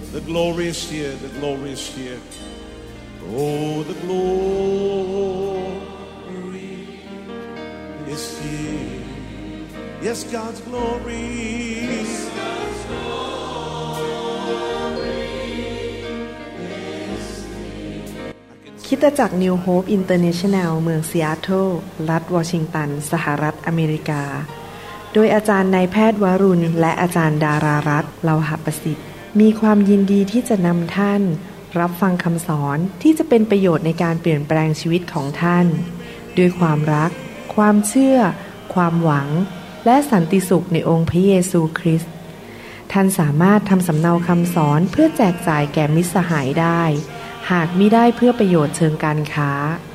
The glory is here. The glory is here. Oh, the glory is here. Yes, God's glory. Yes, God's glory is here. คริสตจักร New Hope International เมืองซีแอตเทิลรัฐวอชิงตันสหรัฐอเมริกาโดยอาจารย์นายแพทย์วรุณและอาจารย์ดารารัตน์เลาหประสิทธิ์มีความยินดีที่จะนำท่านรับฟังคำสอนที่จะเป็นประโยชน์ในการเปลี่ยนแปลงชีวิตของท่านด้วยความรักความเชื่อความหวังและสันติสุขในองค์พระเยซูคริสต์ท่านสามารถทำสำเนาคำสอนเพื่อแจกจ่ายแก่มิตรสหายได้หากมิได้เพื่อประโยชน์เชิงการค้า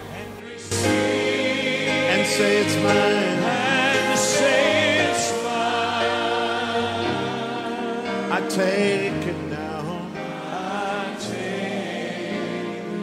And say it's mine. And say it's mine. I take it now. I take it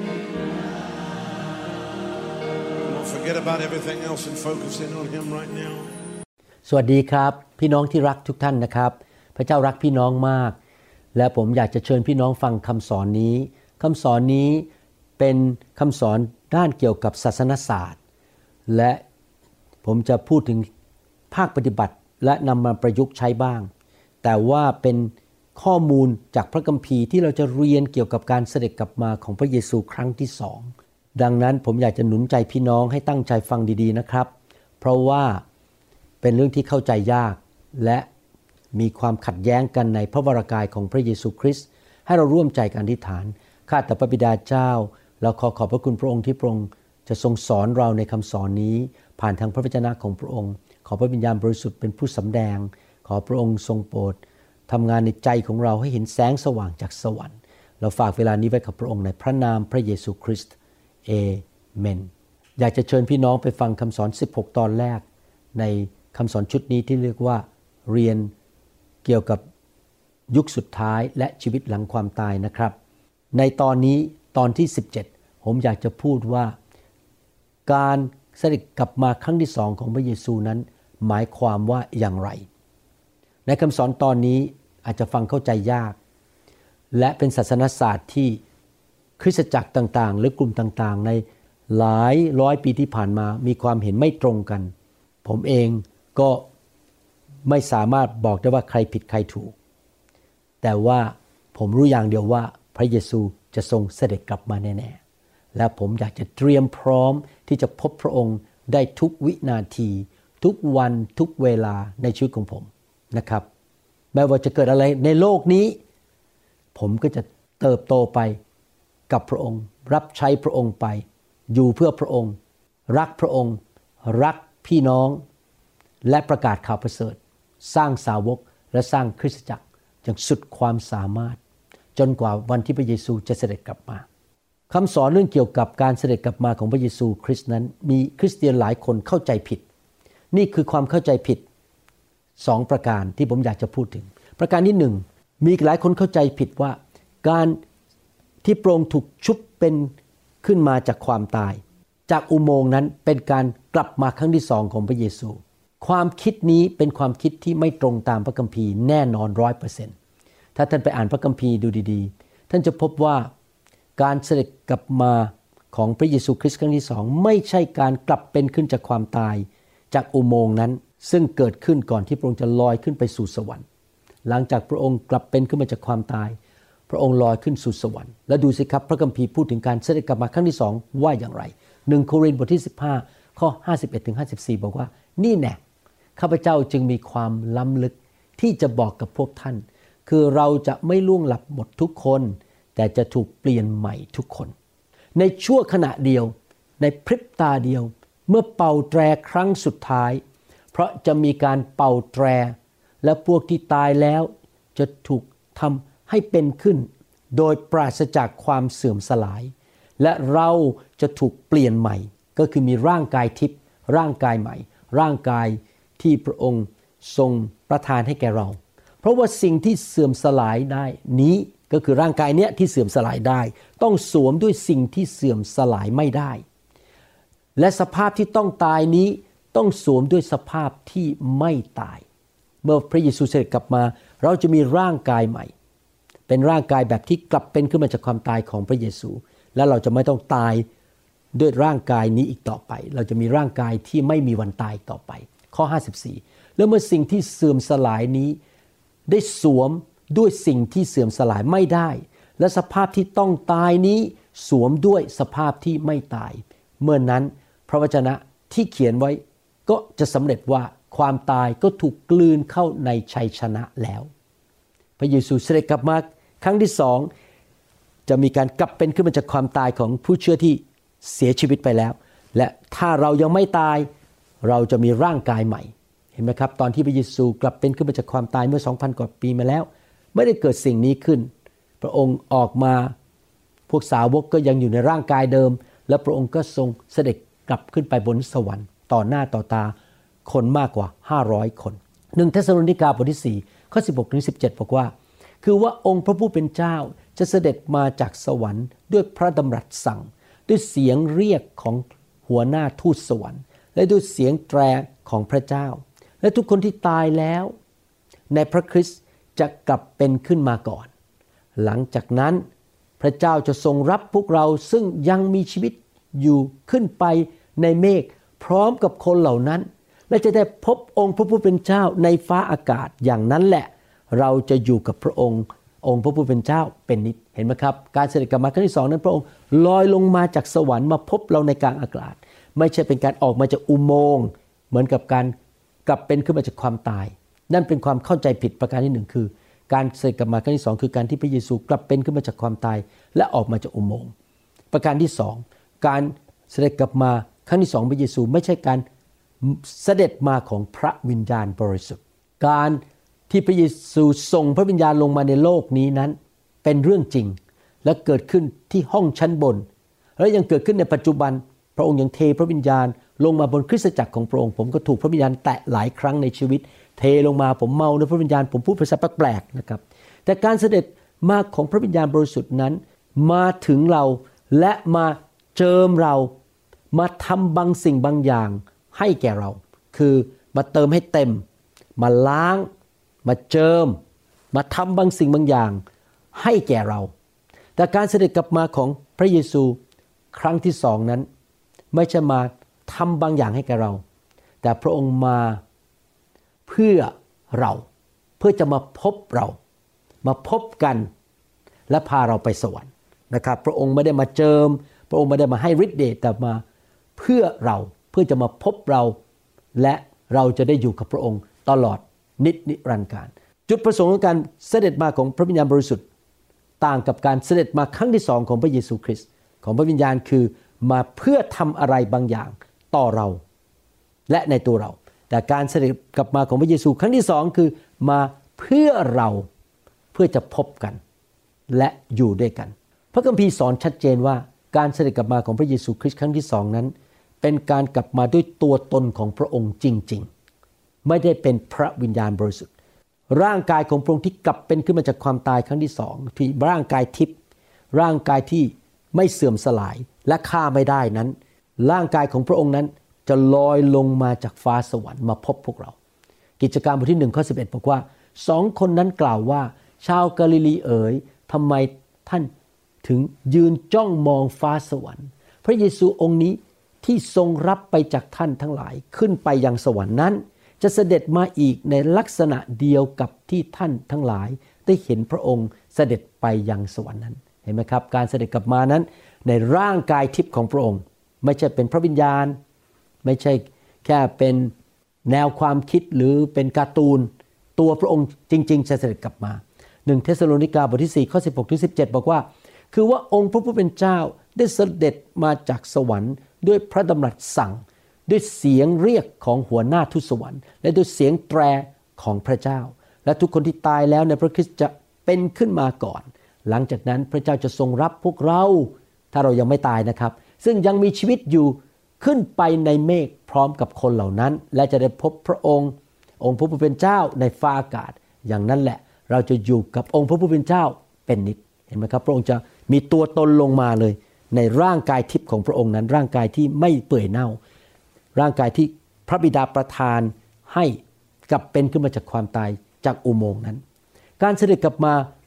now. Don't forget about everything else and focus in on Him right now. สวัสดีครับพี่น้องที่รักทุกท่านนะครับพระเจ้ารักพี่น้องมากและผมอยากจะเชิญพี่น้องฟังคำสอนนี้คำสอนนี้เป็นคำสอนด้านเกี่ยวกับศาสนศาสตร์และผมจะพูดถึงภาคปฏิบัติและนำมาประยุกต์ใช้บ้างแต่ว่าเป็นข้อมูลจากพระคัมภีร์ที่เราจะเรียนเกี่ยวกับการเสด็จกลับมาของพระเยซูครั้งที่2ดังนั้นผมอยากจะหนุนใจพี่น้องให้ตั้งใจฟังดีๆนะครับเพราะว่าเป็นเรื่องที่เข้าใจยากและมีความขัดแย้งกันในพระวรากายของพระเยซูคริสต์ให้เราร่วมใจกันอธิษฐานข้าแต่พระบิดาเจ้าเราขอบพระคุณพระองค์ที่พระองค์จะทรงสอนเราในคำสอนนี้ผ่านทางพระวจนะของพระองค์ขอพระวิญญาณบริสุทธิ์เป็นผู้สำแดงขอพระองค์ทรงโปรดทำงานในใจของเราให้เห็นแสงสว่างจากสวรรค์เราฝากเวลานี้ไว้กับพระองค์ในพระนามพระเยซูคริสต์เอเมนอยากจะเชิญพี่น้องไปฟังคำสอน16ตอนแรกในคำสอนชุดนี้ที่เรียกว่าเรียนเกี่ยวกับยุคสุดท้ายและชีวิตหลังความตายนะครับในตอนนี้ตอนที่17ผมอยากจะพูดว่าการเสด็จกลับมาครั้งที่2ของพระเยซูนั้นหมายความว่าอย่างไรในคำสอนตอนนี้อาจจะฟังเข้าใจยากและเป็นศาสนศาสตร์ที่คริสตจักรต่างๆหรือกลุ่มต่างๆในหลายร้อยปีที่ผ่านมามีความเห็นไม่ตรงกันผมเองก็ไม่สามารถบอกได้ว่าใครผิดใครถูกแต่ว่าผมรู้อย่างเดียวว่าพระเยซูจะทรงเสด็จกลับมาแน่ๆและผมอยากจะเตรียมพร้อมที่จะพบพระองค์ได้ทุกวินาทีทุกวันทุกเวลาในชีวิตของผมนะครับแม้ว่าจะเกิดอะไรในโลกนี้ผมก็จะเติบโตไปกับพระองค์รับใช้พระองค์ไปอยู่เพื่อพระองค์รักพระองค์รักพี่น้องและประกาศข่าวประเสริฐสร้างสาวกและสร้างคริสตจักรอย่างสุดความสามารถจนกว่าวันที่พระเยซูจะเสด็จกลับมาคำสอนเรื่องเกี่ยวกับการเสด็จกลับมาของพระเยซูคริสต์นั้นมีคริสเตียนหลายคนเข้าใจผิดนี่คือความเข้าใจผิด2ประการที่ผมอยากจะพูดถึงประการที่1มีหลายคนเข้าใจผิดว่าการที่พระองค์ถูกชุบเป็นขึ้นมาจากความตายจากอุโมงค์นั้นเป็นการกลับมาครั้งที่2ของพระเยซูความคิดนี้เป็นความคิดที่ไม่ตรงตามพระคัมภีร์แน่นอน 100% ถ้าท่านไปอ่านพระคัมภีร์ดูดีๆท่านจะพบว่าการเสด็จกลับมาของพระเยซูคริสต์ครั้งที่2ไม่ใช่การกลับเป็นขึ้นจากความตายจากอุโมงค์นั้นซึ่งเกิดขึ้นก่อนที่พระองค์จะลอยขึ้นไปสู่สวรรค์หลังจากพระองค์กลับเป็นขึ้นมาจากความตายพระองค์ลอยขึ้นสู่สวรรค์แล้วดูสิครับพระคัมภีร์พูดถึงการเสด็จกลับมาครั้งที่2ว่าอย่างไร1โครินธ์บทที่15ข้อ 51-54 บอกว่านี่แน่ข้าพเจ้าจึงมีความล้ำลึกที่จะบอกกับพวกท่านคือเราจะไม่ล่วงลับหมดทุกคนแต่จะถูกเปลี่ยนใหม่ทุกคนในชั่วขณะเดียวในพริบตาเดียวเมื่อเป่าแตรครั้งสุดท้ายเพราะจะมีการเป่าแตรและพวกที่ตายแล้วจะถูกทำให้เป็นขึ้นโดยปราศจากความเสื่อมสลายและเราจะถูกเปลี่ยนใหม่ก็คือมีร่างกายทิพย์ร่างกายใหม่ร่างกายที่พระองค์ทรงประทานให้แก่เราเพราะว่าสิ่งที่เสื่อมสลายได้นี้ก็คือร่างกายเนี้ยที่เสื่อมสลายได้ต้องสวมด้วยสิ่งที่เสื่อมสลายไม่ได้และสภาพที่ต้องตายนี้ต้องสวมด้วยสภาพที่ไม่ตายเมื่อพระเยซูเสด็จกลับมาเราจะมีร่างกายใหม่เป็นร่างกายแบบที่กลับเป็นขึ้นมาจากความตายของพระเยซูและเราจะไม่ต้องตายด้วยร่างกายนี้อีกต่อไปเราจะมีร่างกายที่ไม่มีวันตายต่อไปข้อ54แล้วเมื่อสิ่งที่เสื่อมสลายนี้ได้สวมด้วยสิ่งที่เสื่อมสลายไม่ได้และสภาพที่ต้องตายนี้สวมด้วยสภาพที่ไม่ตายเมื่อนั้นพระวจนะที่เขียนไว้ก็จะสำเร็จว่าความตายก็ถูกกลืนเข้าในชัยชนะแล้วพระเยซูเสด็จกลับมาครั้งที่สองจะมีการกลับเป็นขึ้นมาจากความตายของผู้เชื่อที่เสียชีวิตไปแล้วและถ้าเรายังไม่ตายเราจะมีร่างกายใหม่เห็นไหมครับตอนที่พระเยซูกลับเป็นขึ้นมาจากความตายเมื่อ 2,000 กว่าปีมาแล้วไม่ได้เกิดสิ่งนี้ขึ้นพระองค์ออกมาพวกสาวกก็ยังอยู่ในร่างกายเดิมและพระองค์ก็ทรงเสด็จกลับขึ้นไปบนสวรรค์ต่อหน้าต่อตาคนมากกว่า500คน1เธสสาโลนิกาบทที่4ข้อ16ถึง17บอกว่าคือว่าองค์พระผู้เป็นเจ้าจะเสด็จมาจากสวรรค์ด้วยพระดำรัสสั่งด้วยเสียงเรียกของหัวหน้าทูตสวรรค์และด้วยเสียงแตรของพระเจ้าและทุกคนที่ตายแล้วในพระคริสต์จะกลับเป็นขึ้นมาก่อนหลังจากนั้นพระเจ้าจะทรงรับพวกเราซึ่งยังมีชีวิตอยู่ขึ้นไปในเมฆพร้อมกับคนเหล่านั้นและจะได้พบองค์พระผู้เป็นเจ้าในฟ้าอากาศอย่างนั้นแหละเราจะอยู่กับพระองค์พระผู้เป็นเจ้าเป็นนิจเห็นไหมครับการเสด็จกลับมาครั้งที่สองนั้นพระองค์ลอยลงมาจากสวรรค์มาพบเราในกลางอากาศไม่ใช่เป็นการออกมาจากอุโมงค์เหมือนกับการกลับเป็นขึ้นมาจากความตายนั่นเป็นความเข้าใจผิดประการที่หนึ่งคือการเสด็จกลับมาครั้งที่สองคือการที่พระเยซูกลับเป็นขึ้นมาจากความตายและออกมาจากอุโมงค์ประการที่สองการเสด็จกลับมาครั้งที่สองพระเยซูไม่ใช่การเสด็จมาของพระวิญญาณบริสุทธิ์การที่พระเยซูส่งพระวิญญาณลงมาในโลกนี้นั้นเป็นเรื่องจริงและเกิดขึ้นที่ห้องชั้นบนและยังเกิดขึ้นในปัจจุบันพระองค์ยังเทพระวิญญาณลงมาบนคริสตจักรของพระองค์ผมก็ถูกพระวิญญาณแตะหลายครั้งในชีวิตเทลงมาผมเมาในพระวิญญาณผมพูดภาษาแปลกๆนะครับแต่การเสด็จมาของพระวิญญาณบริสุทธิ์นั้นมาถึงเราและมาเจิมเรามาทำบางสิ่งบางอย่างให้แก่เราคือมาเติมให้เต็มมาล้างมาเจิมมาทำบางสิ่งบางอย่างให้แก่เราแต่การเสด็จกลับมาของพระเยซูครั้งที่สองนั้นไม่ใช่มาทำบางอย่างให้แก่เราแต่พระองค์มาเพื่อเราเพื่อจะมาพบเรามาพบกันและพาเราไปสวรรค์นะครับพระองค์ไม่ได้มาเจิมพระองค์ไม่ได้มาให้ฤทธิ์เดชแต่มาเพื่อเราเพื่อจะมาพบเราและเราจะได้อยู่กับพระองค์ตลอดนิรันดร์กาลจุดประสงค์ของการเสด็จมาของพระวิญญาณบริสุทธิ์ต่างกับการเสด็จมาครั้งที่สองของพระเยซูคริสต์ของพระวิญญาณคือมาเพื่อทำอะไรบางอย่างต่อเราและในตัวเราแต่การเสด็จกลับมาของพระเยซูครั้งที่สองคือมาเพื่อเราเพื่อจะพบกันและอยู่ด้วยกันพระคัมภีร์สอนชัดเจนว่าการเสด็จกลับมาของพระเยซูคริสต์ครั้งที่สองนั้นเป็นการกลับมาด้วยตัวตนของพระองค์จริงๆไม่ได้เป็นพระวิญญาณบริสุทธิ์ร่างกายของพระองค์ที่กลับเป็นขึ้นมาจากความตายครั้งที่สองที่ร่างกายทิพย์ร่างกายที่ไม่เสื่อมสลายและฆ่าไม่ได้นั้นร่างกายของพระองค์นั้นจะลอยลงมาจากฟ้าสวรรค์มาพบพวกเรากิจการบทที่1ข้อ11บอกว่าสองคนนั้นกล่าวว่าชาวกาลิลีเอ๋ยทำไมท่านถึงยืนจ้องมองฟ้าสวรรค์พระเยซูองค์นี้ที่ทรงรับไปจากท่านทั้งหลายขึ้นไปยังสวรรค์นั้นจะเสด็จมาอีกในลักษณะเดียวกับที่ท่านทั้งหลายได้เห็นพระองค์เสด็จไปยังสวรรค์นั้นเห็นไหมครับการเสด็จกลับมานั้นในร่างกายทิพย์ของพระองค์ไม่ใช่เป็นพระวิญญาณไม่ใช่แค่เป็นแนวความคิดหรือเป็นการ์ตูนตัวพระองค์จริงๆจะเสด็จกลับมา1เธสสาโลนิกาบทที่4ข้อ16ถึง17บอกว่าคือว่าองค์พระผู้เป็นเจ้าได้เสด็จมาจากสวรรค์ด้วยพระดำรัสสั่งด้วยเสียงเรียกของหัวหน้าทูตสวรรค์และด้วยเสียงแตรของพระเจ้าและทุกคนที่ตายแล้วในพระคริสต์จะเป็นขึ้นมาก่อนหลังจากนั้นพระเจ้าจะทรงรับพวกเราถ้าเรายังไม่ตายนะครับซึ่งยังมีชีวิตอยู่ขึ้นไปในเมฆพร้อมกับคนเหล่านั้นและจะได้พบพระองค์พระผู้เป็นเจ้าในฟ้าอากาศอย่างนั้นแหละเราจะอยู่กับองค์พระผู้เป็นเจ้าเป็นนิจเห็นไหมครับพระองค์จะมีตัวตนลงมาเลยในร่างกายทิพย์ของพระองค์นั้นร่างกายที่ไม่เปื่อยเน่าร่างกายที่พระบิดาประทานให้กลับเป็นขึ้นมาจากความตายจากอุโมงค์นั้นการเสด็จกลับมา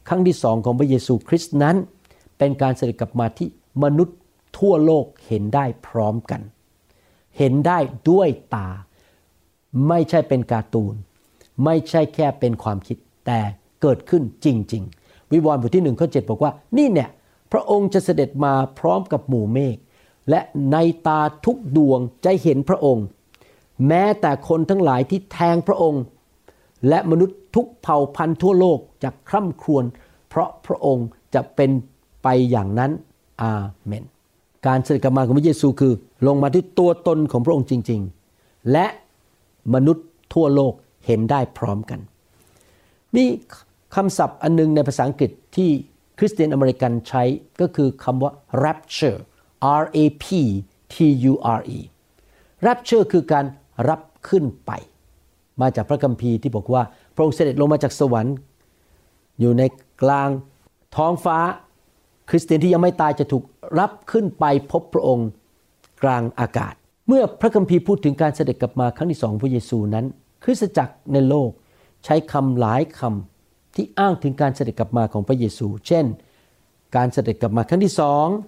ครั้งที่2ของพระเยซูคริสต์นั้นเป็นการเสด็จกลับมาที่มนุษย์ทั่วโลกเห็นได้พร้อมกันเห็นได้ด้วยตาไม่ใช่เป็นการ์ตูนไม่ใช่แค่เป็นความคิดแต่เกิดขึ้นจริงๆวิวรณ์บทที่1ข้อ7บอกว่านี่เนี่ยพระองค์จะเสด็จมาพร้อมกับหมู่เมฆและในตาทุกดวงจะเห็นพระองค์แม้แต่คนทั้งหลายที่แทงพระองค์และมนุษย์ทุกเผ่าพันธุ์ทั่วโลกจะคร่ำครวญเพราะพระองค์จะเป็นไปอย่างนั้นอาเมนการเสด็จกลับมาของพระเยซูคือลงมาที่ตัวตนของพระองค์จริงๆและมนุษย์ทั่วโลกเห็นได้พร้อมกันมีคำศัพท์อันนึงในภาษาอังกฤษที่คริสเตียนอเมริกันใช้ก็คือคำว่า rapture R A P T U R E rapture คือการรับขึ้นไปมาจากพระคัมภีร์ที่บอกว่าพระองค์เสด็จลงมาจากสวรรค์อยู่ในกลางท้องฟ้าคริสเตียนที่ยังไม่ตายจะถูกรับขึ้นไปพบพระองค์กลางอากาศเมื่อพระคัมภีร์พูดถึงการเสด็จกลับมาครั้งที่2ของพระเยซูนั้นคริสตจักรในโลกใช้คำหลายคำที่อ้างถึงการเสด็จกลับมาของพระเยซูเช่นการเสด็จกลับมาครั้งที่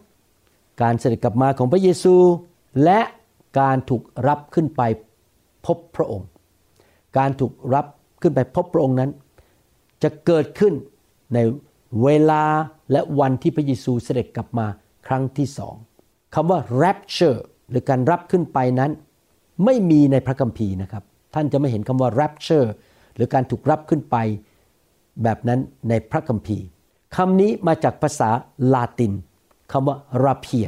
2การเสด็จกลับมาของพระเยซูและการถูกรับขึ้นไปพบพระองค์การถูกรับขึ้นไปพบพระองค์นั้นจะเกิดขึ้นในเวลาและวันที่พระเยซูเสด็จกลับมาครั้งที่2คำว่า rapture หรือการรับขึ้นไปนั้นไม่มีในพระคัมภีร์นะครับท่านจะไม่เห็นคำว่า rapture หรือการถูกรับขึ้นไปแบบนั้นในพระคัมภีร์คำนี้มาจากภาษาลาตินคำว่า rapia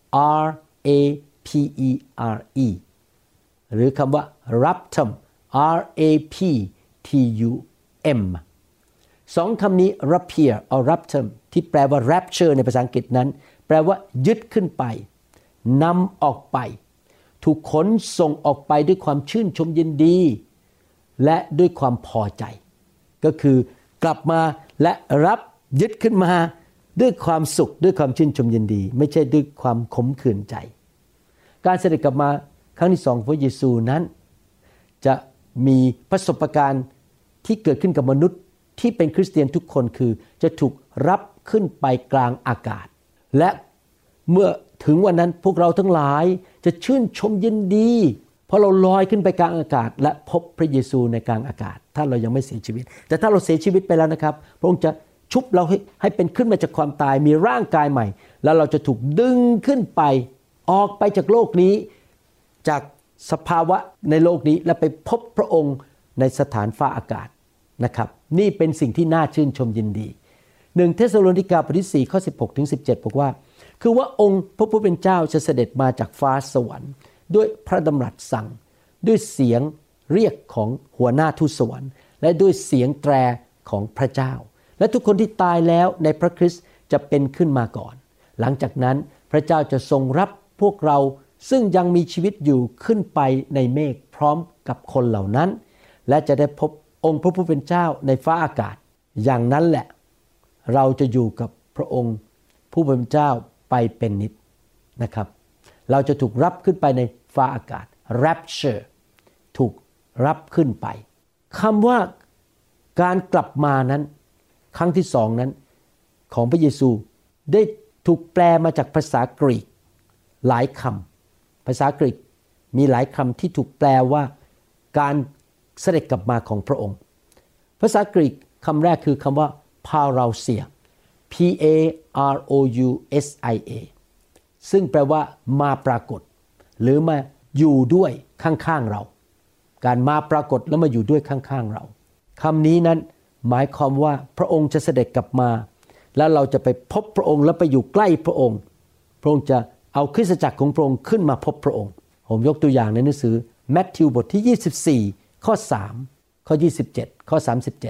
R A P E R E หรือคำว่า raptum R A P T U M สองคำนี้ rapia or raptum ที่แปลว่า rapture ในภาษาอังกฤษนั้นแปลว่ายึดขึ้นไปนำออกไปถูกขนส่งออกไปด้วยความชื่นชมยินดีและด้วยความพอใจก็คือกลับมาและรับยึดขึ้นมาด้วยความสุขด้วยความชื่นชมยินดีไม่ใช่ด้วยความขมขื่นใจการเสด็จกลับมาครั้งที่2ของพระเยซูนั้นจะมีประสบการณ์ที่เกิดขึ้นกับมนุษย์ที่เป็นคริสเตียนทุกคนคือจะถูกรับขึ้นไปกลางอากาศและเมื่อถึงวันนั้นพวกเราทั้งหลายจะชื่นชมยินดีเพราะเราลอยขึ้นไปกลางอากาศและพบพระเยซูในกลางอากาศถ้าเรายังไม่เสียชีวิตแต่ถ้าเราเสียชีวิตไปแล้วนะครับพระองค์จะชุบเราให้เป็นขึ้นมาจากความตายมีร่างกายใหม่แล้วเราจะถูกดึงขึ้นไปออกไปจากโลกนี้จากสภาวะในโลกนี้และไปพบพระองค์ในสถานฟ้าอากาศนะครับนี่เป็นสิ่งที่น่าชื่นชมยินดี1เธสโลนิกาบทที่4ข้อ16ถึง17บอกว่าคือว่าองค์พระผู้เป็นเจ้าจะเสด็จมาจากฟ้าสวรรค์ด้วยพระดำรัสสั่งด้วยเสียงเรียกของหัวหน้าทูตสวรรค์และด้วยเสียงแตรของพระเจ้าและทุกคนที่ตายแล้วในพระคริสต์จะเป็นขึ้นมาก่อนหลังจากนั้นพระเจ้าจะทรงรับพวกเราซึ่งยังมีชีวิตอยู่ขึ้นไปในเมฆพร้อมกับคนเหล่านั้นและจะได้พบองค์พระผู้เป็นเจ้าในฟ้าอากาศอย่างนั้นแหละเราจะอยู่กับพระองค์ผู้เป็นเจ้าไปเป็นนิจนะครับเราจะถูกรับขึ้นไปในฟ้าอากาศ rapture ถูกรับขึ้นไปคำว่าการกลับมานั้นครั้งที่2นั้นของพระเยซูได้ถูกแปลมาจากภาษากรีกหลายคำภาษากรีกมีหลายคำที่ถูกแปลว่าการเสด็จกลับมาของพระองค์ภาษากรีกคำแรกคือคำว่า parousia P A R O U S I A ซึ่งแปลว่ามาปรากฏหรือมาอยู่ด้วยข้างๆเราการมาปรากฏแล้วมาอยู่ด้วยข้างๆเราคำนี้นั้นหมายความว่าพระองค์จะเสด็จกลับมาแล้วเราจะไปพบพระองค์และไปอยู่ใกล้พระองค์พระองค์จะเอาคริสตจักรของพระองค์ขึ้นมาพบพระองค์ผมยกตัวอย่างในหนังสือมัทธิวบทที่24ข้อ3ข้อ27ข้อ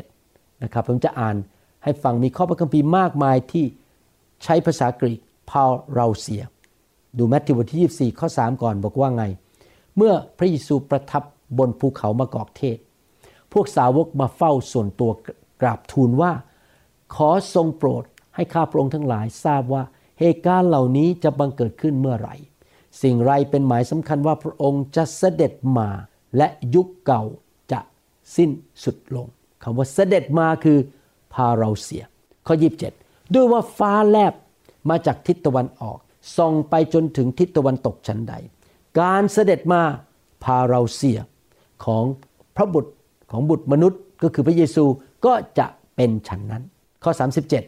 37นะครับผมจะอ่านให้ฟังมีข้อพระคัมภีร์มากมายที่ใช้ภาษากรีก parousia ดูมัทธิวบทที่24ข้อ3ก่อนบอกว่าไงเมื่อพระเยซูประทับบนภูเขามะกอกเทศพวกสาวกมาเฝ้าส่วนตัวกราบทูลว่าขอทรงโปรดให้ข้าพระองค์ทั้งหลายทราบว่าเหตุการณ์เหล่านี้จะบังเกิดขึ้นเมื่อไหร่สิ่งไรเป็นหมายสำคัญว่าพระองค์จะเสด็จมาและยุคเก่าจะสิ้นสุดลงคำว่าเสด็จมาคือparousiaข้อข้อ27ด้วยว่าฟ้าแลบมาจากทิศตะวันออกส่องไปจนถึงทิศตะวันตกฉันใดการเสด็จมาพาเราเสียของพระบุตรของบุตรมนุษย์ก็คือพระเยซูก็จะเป็นฉันนั้นข้อ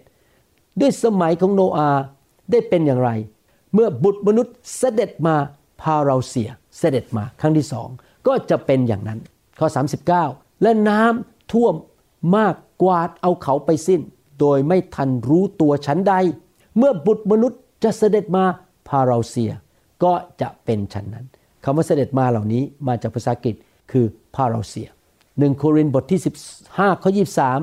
37ด้วยสมัยของโนอาห์ได้เป็นอย่างไรเมื่อบุตรมนุษย์เสด็จมาพาเราเสียเสด็จมาครั้งที่สองก็จะเป็นอย่างนั้นข้อ39และน้ำท่วมมากกวาดเอาเขาไปสิ้นโดยไม่ทันรู้ตัวฉันใดเมื่อบุตรมนุษย์จะเสด็จมาพาเราเสียก็จะเป็นฉันนั้นคำว่าเสด็จมาเหล่านี้มาจากภาษาอังกฤษคือพาเราเสีย1โครินธ์บทที่15ข้อ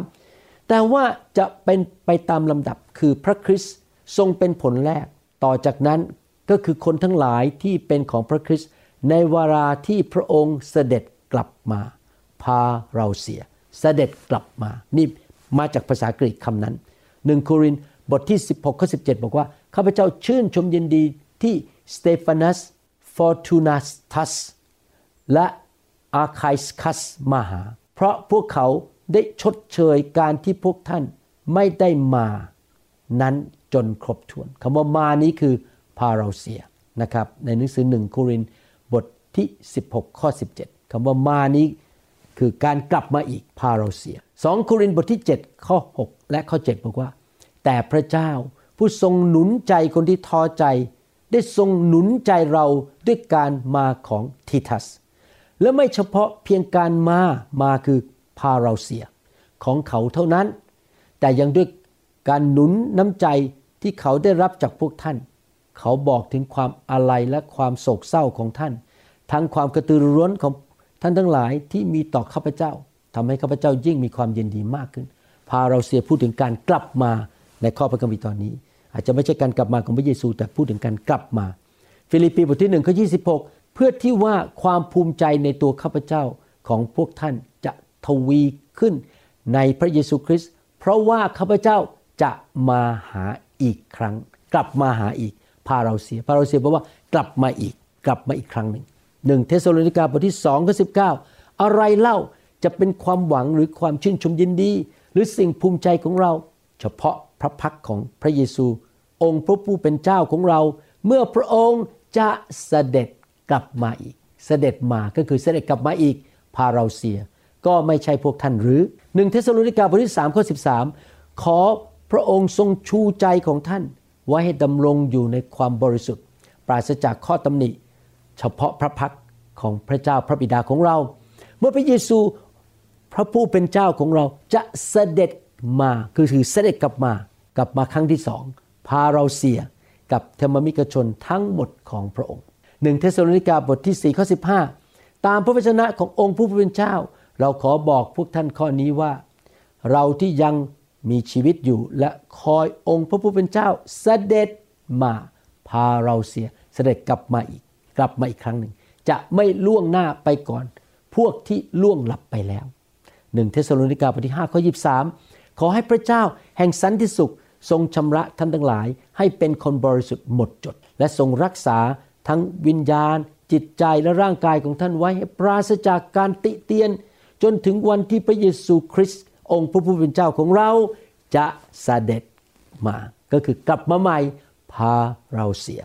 23แต่ว่าจะเป็นไปตามลำดับคือพระคริสต์ทรงเป็นผลแรกต่อจากนั้นก็คือคนทั้งหลายที่เป็นของพระคริสต์ในเวลาที่พระองค์เสด็จกลับมาพาเราเสียเสด็จกลับมานี่มาจากภาษากรีกคำนั้น1โครินธ์บทที่16ข้อ17บอกว่าข้าพเจ้าชื่นชมยินดีที่สเตฟานัสฟอร์ตูนัสและอาร์ไคคัสมาหาเพราะพวกเขาได้ชดเชยการที่พวกท่านไม่ได้มานั้นจนครบถ้วนคำว่ามานี้คือพาเราเสียนะครับในหนังสือ1โครินธ์บทที่16ข้อ17คำว่ามานี้คือการกลับมาอีกพาเราเสีย2โครินธ์บทที่7ข้อ6และข้อ7บอกว่าแต่พระเจ้าผู้ทรงหนุนใจคนที่ท้อใจได้ทรงหนุนใจเราด้วยการมาของทิทัสและไม่เฉพาะเพียงการมาคือพาเราเสียของเขาเท่านั้นแต่ยังด้วยการหนุนน้ำใจที่เขาได้รับจากพวกท่านเขาบอกถึงความอาลัยและความโศกเศร้าของท่านทั้งความกระตือรือร้นของท่านทั้งหลายที่มีต่อข้าพเจ้าทำให้ข้าพเจ้ายิ่งมีความยินดีมากขึ้นพาเราเสียพูดถึงการกลับมาในข้อพระคัมภีร์ตอนนี้อาจจะไม่ใช่การกลับมาของพระเยซูแต่พูดถึงการกลับมาฟิลิปปีบทที่1ข้อ26เพื่อที่ว่าความภูมิใจในตัวข้าพเจ้าของพวกท่านจะทวีขึ้นในพระเยซูคริสต์เพราะว่าข้าพเจ้าจะมาหาอีกครั้งกลับมาหาอีกพาเราเสียแปลว่ากลับมาอีกครั้งหนึ่ง1เธสะโลนิกาบทที่2ข้อ19อะไรเล่าจะเป็นความหวังหรือความชื่นชมยินดีหรือสิ่งภูมิใจของเราเฉพาะพระพักของพระเยซูองค์พระผู้เป็นเจ้าของเราเมื่อพระองค์จะเสด็จกลับมาอีกเสด็จมาก็คือเสด็จกลับมาอีกพาเราเสียก็ไม่ใช่พวกท่านหรือ1เธสะโลนิกาบทที่3ข้อ13ขอพระองค์ทรงชูใจของท่านไว้ให้ดำรงอยู่ในความบริสุทธิ์ปราศจากข้อตำหนิเฉพาะพระพักของพระเจ้าพระบิดาของเราเมื่อพระเยซูพระผู้เป็นเจ้าของเราจะเสด็จมาคือเสด็จกลับมาครั้งที่2พาเราเสียกับธรรมมิกชนทั้งหมดของพระองค์1เธสะโลนิกาบทที่4ข้อ15ตามพระวจนะขององค์ผู้เป็นเจ้าเราขอบอกพวกท่านข้อนี้ว่าเราที่ยังมีชีวิตอยู่และคอยองค์พระผู้เป็นเจ้าเสด็จมาพาเราเสียเสด็จกลับมาอีกครั้งหนึ่งจะไม่ล่วงหน้าไปก่อนพวกที่ล่วงลับไปแล้ว1เธสะโลนิกาบทที่5ข้อ23ขอให้พระเจ้าแห่งสันติสุขทรงชำระท่านทั้งหลายให้เป็นคนบริสุทธิ์หมดจดและทรงรักษาทั้งวิญญาณจิตใจและร่างกายของท่านไว้ให้ปราศจากการติเตียนจนถึงวันที่พระเยซูคริสต์องค์พระผู้เป็นเจ้าของเราจะเสด็จมาก็คือกลับมาใหม่พาเราเสีย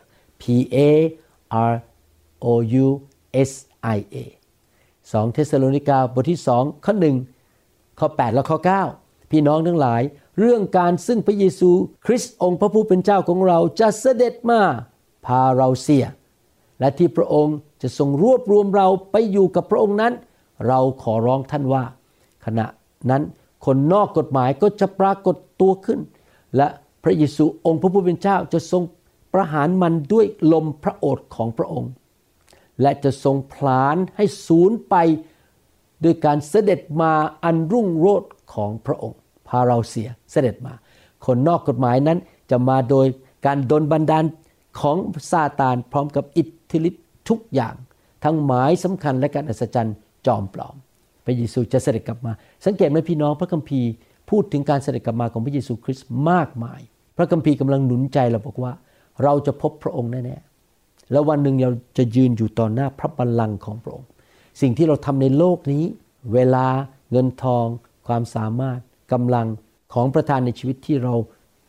PAROUSIA 2เธสะโลนิกาบทที่2ข้อ1ข้อ8และข้อ9พี่น้องทั้งหลายเรื่องการซึ่งพระเยซูคริสต์องค์พระผู้เป็นเจ้าของเราจะเสด็จมาพาเราเสียและที่พระองค์จะทรงรวบรวมเราไปอยู่กับพระองค์นั้นเราขอร้องท่านว่าขณะนั้นคนนอกกฎหมายก็จะปรากฏตัวขึ้นและพระเยซูองค์พระผู้เป็นเจ้าจะทรงประหารมันด้วยลมพระโอษฐ์ของพระองค์และจะทรงผลาญให้สูญไปด้วยการเสด็จมาอันรุ่งโรจน์ของพระองค์พาเราเสียเสด็จมาคนนอกกฎหมายนั้นจะมาโดยการดลบันดาลของซาตานพร้อมกับอิทธิฤทธิ์ทุกอย่างทั้งหมายสำคัญและการอัศจรรย์จอมปลอมพระเยซูจะเสด็จกลับมาสังเกตไหมพี่น้องพระคัมภีร์พูดถึงการเสด็จกลับมาของพระเยซูคริสต์มากมายพระคัมภีร์กำลังหนุนใจเราบอกว่าเราจะพบพระองค์แน่ๆแล้ววันหนึ่งเราจะยืนอยู่ต่อหน้าพระบัลลังก์ของพระองค์สิ่งที่เราทำในโลกนี้เวลาเงินทองความสามารถกำลังของประทานในชีวิตที่เรา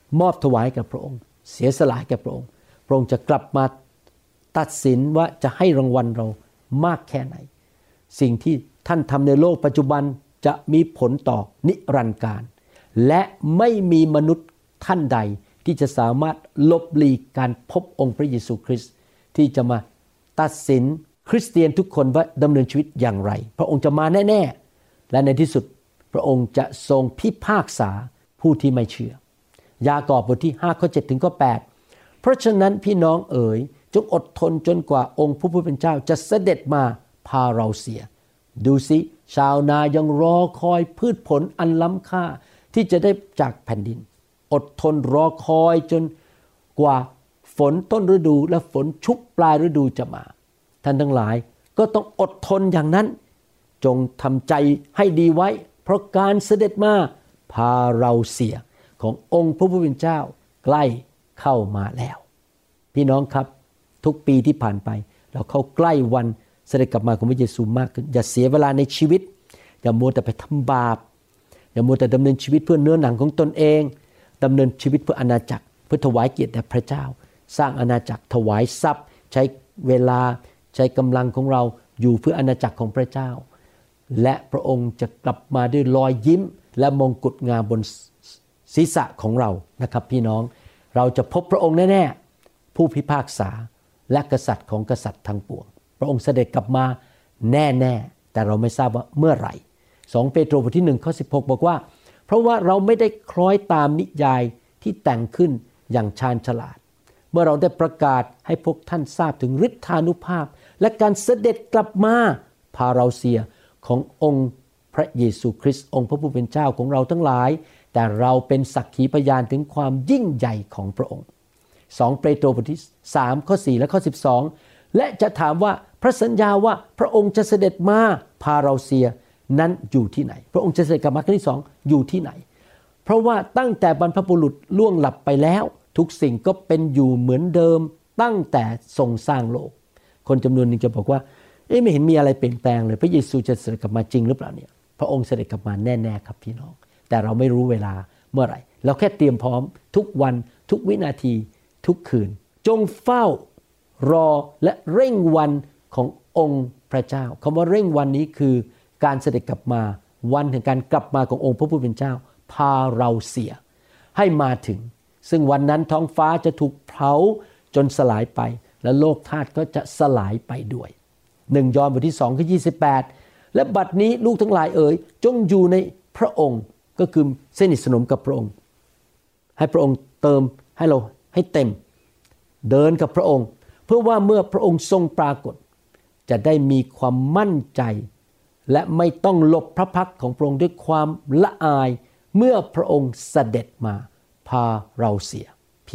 มอบถวายแก่พระองค์เสียสละแก่พระองค์พระองค์จะกลับมาตัดสินว่าจะให้รางวัลเรามากแค่ไหนสิ่งที่ท่านทำในโลกปัจจุบันจะมีผลต่อนิรันดร์กาลและไม่มีมนุษย์ท่านใดที่จะสามารถลบหลีกการพบองค์พระเยซูคริสต์ที่จะมาตัดสินคริสเตียนทุกคนว่าดำเนินชีวิตอย่างไรพระองค์จะมาแน่ๆและในที่สุดพระองค์จะทรงพิพากษาผู้ที่ไม่เชื่อยากอบบทที่5ข้อ7ถึงข้อ8เพราะฉะนั้นพี่น้องเอ๋ยจงอดทนจนกว่าองค์พระผู้เป็นเจ้าจะเสด็จมาพาเราเสียดูสิชาวนายังรอคอยพืชผลอันล้ำค่าที่จะได้จากแผ่นดินอดทนรอคอยจนกว่าฝนต้นฤดูและฝนชุกปลายฤดูจะมาท่านทั้งหลายก็ต้องอดทนอย่างนั้นจงทำใจให้ดีไว้เพราะการเสด็จมาพาเราเสียขององค์พระผู้เป็นเจ้าใกล้เข้ามาแล้วพี่น้องครับทุกปีที่ผ่านไปเราเข้าใกล้วันเสด็จกลับมาของพระเยซูมากขึ้นอย่าเสียเวลาในชีวิตอย่ามัวแต่ไปทำบาปอย่ามัวแต่ดำเนินชีวิตเพื่อเนื้อหนังของตนเองดำเนินชีวิตเพื่ออาณาจักรเพื่อถวายเกียรติแด่พระเจ้าสร้างอาณาจักรถวายทรัพย์ใช้เวลาใช้กำลังของเราอยู่เพื่ออาณาจักรของพระเจ้าและพระองค์จะกลับมาด้วยรอยยิ้มและมงกุฎงามบนศีรษะของเรานะครับพี่น้องเราจะพบพระองค์แน่ๆผู้พิพากษาและกษัตริย์ของกษัตริย์ทั้งปวงพระองค์เสด็จกลับมาแน่ๆแต่เราไม่ทราบว่าเมื่อไหร่2เปโตรบทที่1ข้อ16บอกว่าเพราะว่าเราไม่ได้คล้อยตามนิยายที่แต่งขึ้นอย่างชาญฉลาดเมื่อเราได้ประกาศให้พวกท่านทราบถึงฤทธานุภาพและการเสด็จกลับมาพาเราเสียขององค์พระเยซูคริสต์องค์พระผู้เป็นเจ้าของเราทั้งหลายแต่เราเป็นสักขีพยานถึงความยิ่งใหญ่ของพระองค์2เปโตรบทที่3ข้อ4และข้อ12และจะถามว่าพระสัญญาว่าพระองค์จะเสด็จมาพาเราเสียนั้นอยู่ที่ไหนพระองค์จะเสด็จกลับมาครั้งที่2อยู่ที่ไหนเพราะว่าตั้งแต่บรรพบุรุษล่วงลับไปแล้วทุกสิ่งก็เป็นอยู่เหมือนเดิมตั้งแต่ทรงสร้างโลกคนจำนวนหนึ่งจะบอกว่าไม่เห็นมีอะไรเปลี่ยนแปลงเลยพระเยซูจะเสด็จกลับมาจริงหรือเปล่าเนี่ยพระองค์เสด็จกลับมาแน่ๆครับพี่น้องแต่เราไม่รู้เวลาเมื่อไหร่เราแค่เตรียมพร้อมทุกวันทุกวินาทีทุกคืนจงเฝ้ารอและเร่งวันขององค์พระเจ้าคำว่าเร่งวันนี้คือการเสด็จกลับมาวันแห่งการกลับมาขององค์พระผู้เป็นเจ้าพาเราเสียให้มาถึงซึ่งวันนั้นท้องฟ้าจะถูกเผาจนสลายไปและโลกธาตุก็จะสลายไปด้วย1ยอห์นบทที่2ข้อ28และบัดนี้ลูกทั้งหลายเอ๋ยจงอยู่ในพระองค์ก็คือสนิทสนมกับพระองค์ให้พระองค์เติมให้เราให้เต็มเดินกับพระองค์เพื่อว่าเมื่อพระองค์ทรงปรากฏจะได้มีความมั่นใจและไม่ต้องหลบพระพักของพระองค์ด้วยความละอายเมื่อพระองค์เสด็จมาพาเราเสีย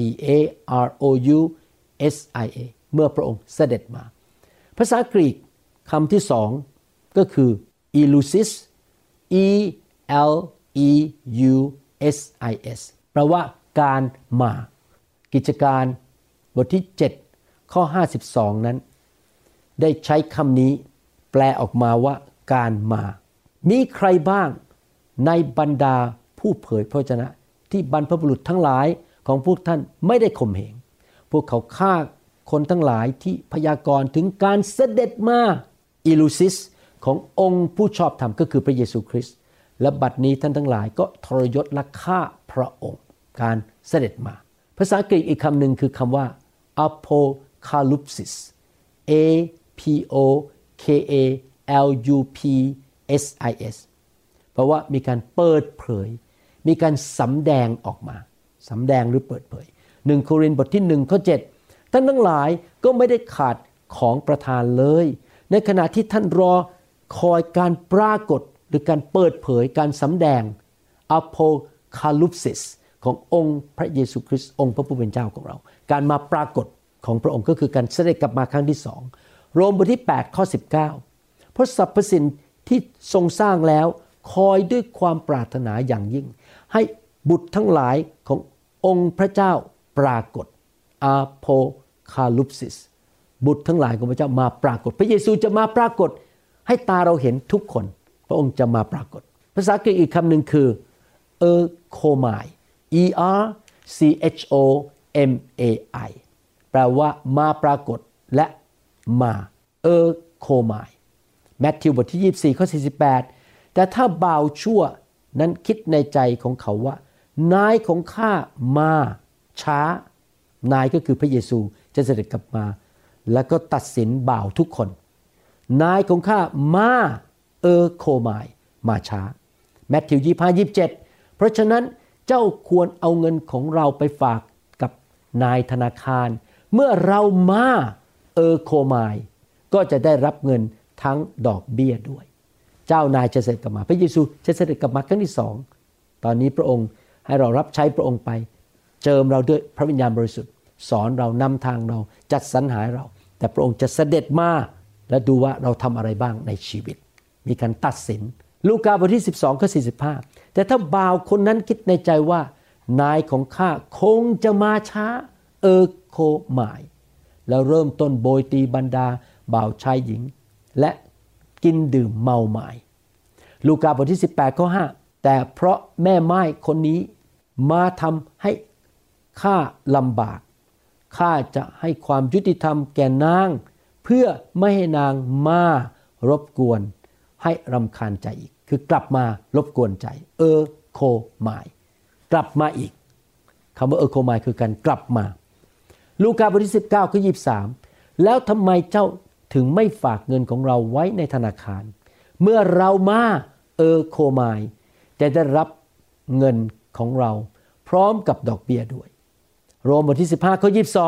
P-A-R-O-U-S-I-A เมื่อพระองค์เสด็จมาภาษากรีกคำที่2ก็คือ elusis E-L-E-U-S-I-S แปลว่าการมากิจการบทที่7ข้อ52นั้นได้ใช้คำนี้แปลออกมาว่าการมามีใครบ้างในบรรดาผู้เผยพระวจนะที่บรรพบุรุษทั้งหลายของพวกท่านไม่ได้ข่มเหงพวกเขาฆ่าคนทั้งหลายที่พยากรณ์ถึงการเสด็จมาอิลูซิสขององค์ผู้ชอบธรรมก็คือพระเยซูคริสต์และบัดนี้ท่านทั้งหลายก็ทรยศและฆ่าพระองค์การเสด็จมาภาษากรีกอีกคำหนึ่งคือคำว่า apocalypsis A-P-O-K-A-L-U-P-S-I-S เพราะว่ามีการเปิดเผยมีการสำแดงออกมาสำแดงหรือเปิดเผย1โครินธ์บทที่1ข้อ7ท่านทั้งหลายก็ไม่ได้ขาดของประทานเลยในขณะที่ท่านรอคอยการปรากฏหรือการเปิดเผยการสำแดง apocalypsis ขององค์พระเยซูคริสต์องค์พระผู้เป็นเจ้าของเราการมาปรากฏของพระองค์ก็คือการเสด็จกลับมาครั้งที่2โรมบทที่8ข้อ19เพราะสรรพสิ่งที่ทรงสร้างแล้วคอยด้วยความปรารถนาอย่างยิ่งให้บุตรทั้งหลายขององค์พระเจ้าปรากฏ apocalypsis บุตรทั้งหลายของพระเจ้ามาปรากฏพระเยซูจะมาปรากฏให้ตาเราเห็นทุกคนพระองค์จะมาปรากฏภาษากรีกอีกคำหนึ่งคือ erchomai E R CHOMAI แปลว่ามาปรากฏและมาโคมายแมทธิวบทที่24ข้อ48แต่ถ้าบ่าวชั่วนั้นคิดในใจของเขาว่านายของข้ามาช้านายก็คือพระเยซูจะเสด็จกลับมาแล้วก็ตัดสินบ่าวทุกคนนายของข้ามาโคมายมาช้าแมทธิว25:27เพราะฉะนั้นเจ้าควรเอาเงินของเราไปฝากกับนายธนาคารเมื่อเรามาโคมายก็จะได้รับเงินทั้งดอกเบี้ยด้วยเจ้านายจะเสด็จกลับมาพระเยซูจะเสด็จกลับมาครั้งที่สองตอนนี้พระองค์ให้เรารับใช้พระองค์ไปเจิมเราด้วยพระวิญญาณบริสุทธิ์สอนเรานำทางเราจัดสรรหาเราแต่พระองค์จะเสด็จมาและดูว่าเราทำอะไรบ้างในชีวิตมีการตัดสินลูกาบทที่12ข้อ45แต่ถ้าบ่าวคนนั้นคิดในใจว่านายของข้าคงจะมาช้าโคมายแล้วเริ่มต้นโบยตีบรรดาบ่าวชายหญิงและกินดื่มเมาหมายลูกาบทที่18ข้อ5แต่เพราะแม่ไม้คนนี้มาทำให้ข้าลำบากข้าจะให้ความยุติธรรมแก่นางเพื่อไม่ให้นางมารบกวนให้รำคาญใจอีกคือกลับมารบกวนใจโคมายกลับมาอีกคำว่าโคมายคือการกลับมาลูกาบทที่19ข้อ23แล้วทำไมเจ้าถึงไม่ฝากเงินของเราไว้ในธนาคารเมื่อเรามาโคมายจะได้รับเงินของเราพร้อมกับดอกเบี้ยด้วยโรมบทที่15ข้อ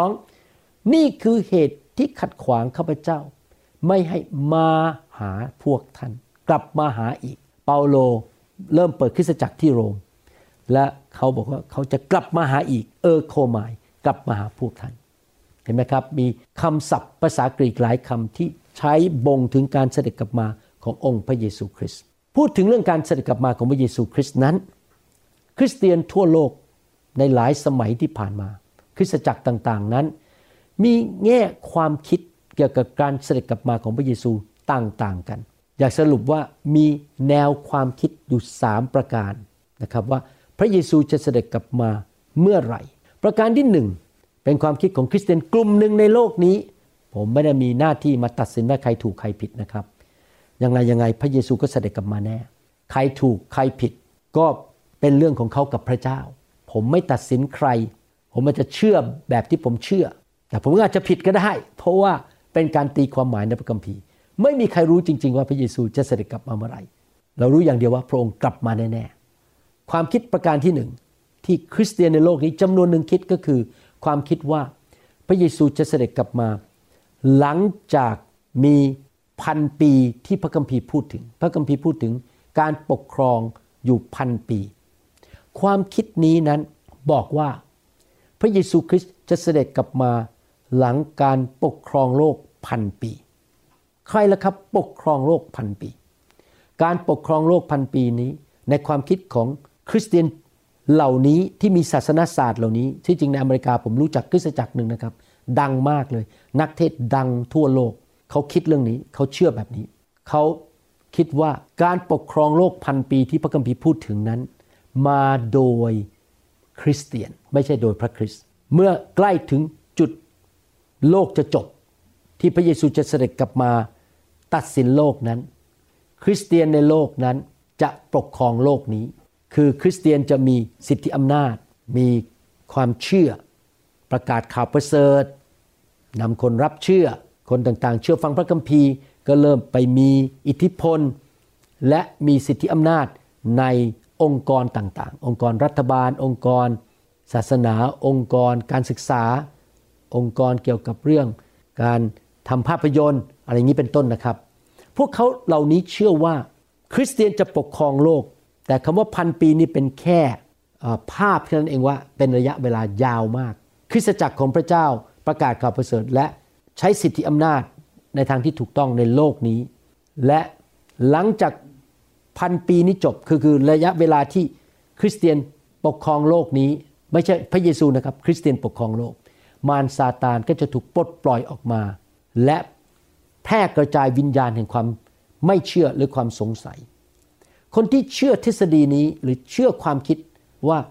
22นี่คือเหตุที่ขัดขวางข้าพเจ้าไม่ให้มาหาพวกท่านกลับมาหาอีกเปาโลเริ่มเปิดคริสตจักรที่โรมและเขาบอกว่าเขาจะกลับมาหาอีกโคมายกลับมาหาพวกท่านเห็นไหมครับมีคำศัพท์ภาษากรีกหลายคำที่ใช้บ่งถึงการเสด็จกลับมาขององค์พระเยซูคริสต์พูดถึงเรื่องการเสด็จกลับมาของพระเยซูคริสต์นั้นคริสเตียนทั่วโลกในหลายสมัยที่ผ่านมาคริสตจักรต่างๆนั้นมีแง่ความคิดเกี่ยวกับการเสด็จกลับมาของพระเยซูต่างๆกันอยากสรุปว่ามีแนวความคิดอยู่3ประการนะครับว่าพระเยซูจะเสด็จกลับมาเมื่อไหร่ประการที่1เป็นความคิดของคริสเตียนกลุ่มหนึ่งในโลกนี้ผมไม่ได้มีหน้าที่มาตัดสินว่าใครถูกใครผิดนะครับยังไงพระเยซูก็เสด็จกลับมาแน่ใครถูกใครผิดก็เป็นเรื่องของเขากับพระเจ้าผมไม่ตัดสินใครผมอาจจะเชื่อแบบที่ผมเชื่อแต่ผมอาจจะผิดก็ได้เพราะว่าเป็นการตีความหมายในพระคัมภีร์ไม่มีใครรู้จริงๆว่าพระเยซูจะเสด็จกลับมาเมื่อไหร่เรารู้อย่างเดียวว่าพระองค์กลับมาแน่ๆความคิดประการที่1ที่คริสเตียนในโลกนี้จำนวนหนึ่งคิดก็คือความคิดว่าพระเยซูจะเสด็จกลับมาหลังจากมี1,000 ปีที่พระคัมภีร์พูดถึงพระคัมภีร์พูดถึงการปกครองอยู่1,000 ปีความคิดนี้นั้นบอกว่าพระเยซูคริสต์จะเสด็จกลับมาหลังการปกครองโลก1,000 ปีใครล่ะครับปกครองโลก1,000 ปีการปกครองโลก1,000 ปีนี้ในความคิดของคริสเตียนเหล่านี้ที่มีศาสนศาสตร์เหล่านี้ที่จริงในอเมริกาผมรู้จักคริสตจักรหนึ่งนะครับดังมากเลยนักเทศดังทั่วโลกเขาคิดเรื่องนี้เขาเชื่อแบบนี้เขาคิดว่าการปกครองโลก1,000 ปีที่พระคัมภีร์พูดถึงนั้นมาโดยคริสเตียนไม่ใช่โดยพระคริสต์เมื่อใกล้ถึงจุดโลกจะจบที่พระเยซูจะเสด็จกลับมาตัดสินโลกนั้นคริสเตียนในโลกนั้นจะปกครองโลกนี้คือคริสเตียนจะมีสิทธิอำนาจมีความเชื่อประกาศข่าวประเสริฐนำคนรับเชื่อคนต่างๆเชื่อฟังพระคัมภีร์ก็เริ่มไปมีอิทธิพลและมีสิทธิอำนาจในองค์กรต่างๆองค์กรรัฐบาลองค์กรศาสนาองค์กรการศึกษาองค์กรเกี่ยวกับเรื่องการทำภาพยนตร์อะไรอย่างนี้เป็นต้นนะครับพวกเขาเหล่านี้เชื่อว่าคริสเตียนจะปกครองโลกแต่คำว่า1,000 ปีนี้เป็นแค่ภาพแค่นั้นเองว่าเป็นระยะเวลายาวมากคริสตจักรของพระเจ้าประกาศข่าวประเสริฐและใช้สิทธิอำนาจในทางที่ถูกต้องในโลกนี้และหลังจาก1,000 ปีนี้จบคือระยะเวลาที่คริสเตียนปกครองโลกนี้ไม่ใช่พระเยซูนะครับคริสเตียนปกครองโลกมารซาตานก็จะถูกปลดปล่อยออกมาและแพร่กระจายวิญญาณแห่งความไม่เชื่อหรือความสงสัยคนที่เชื่อทฤษฎีนี้หรือเชื่อความคิดว่า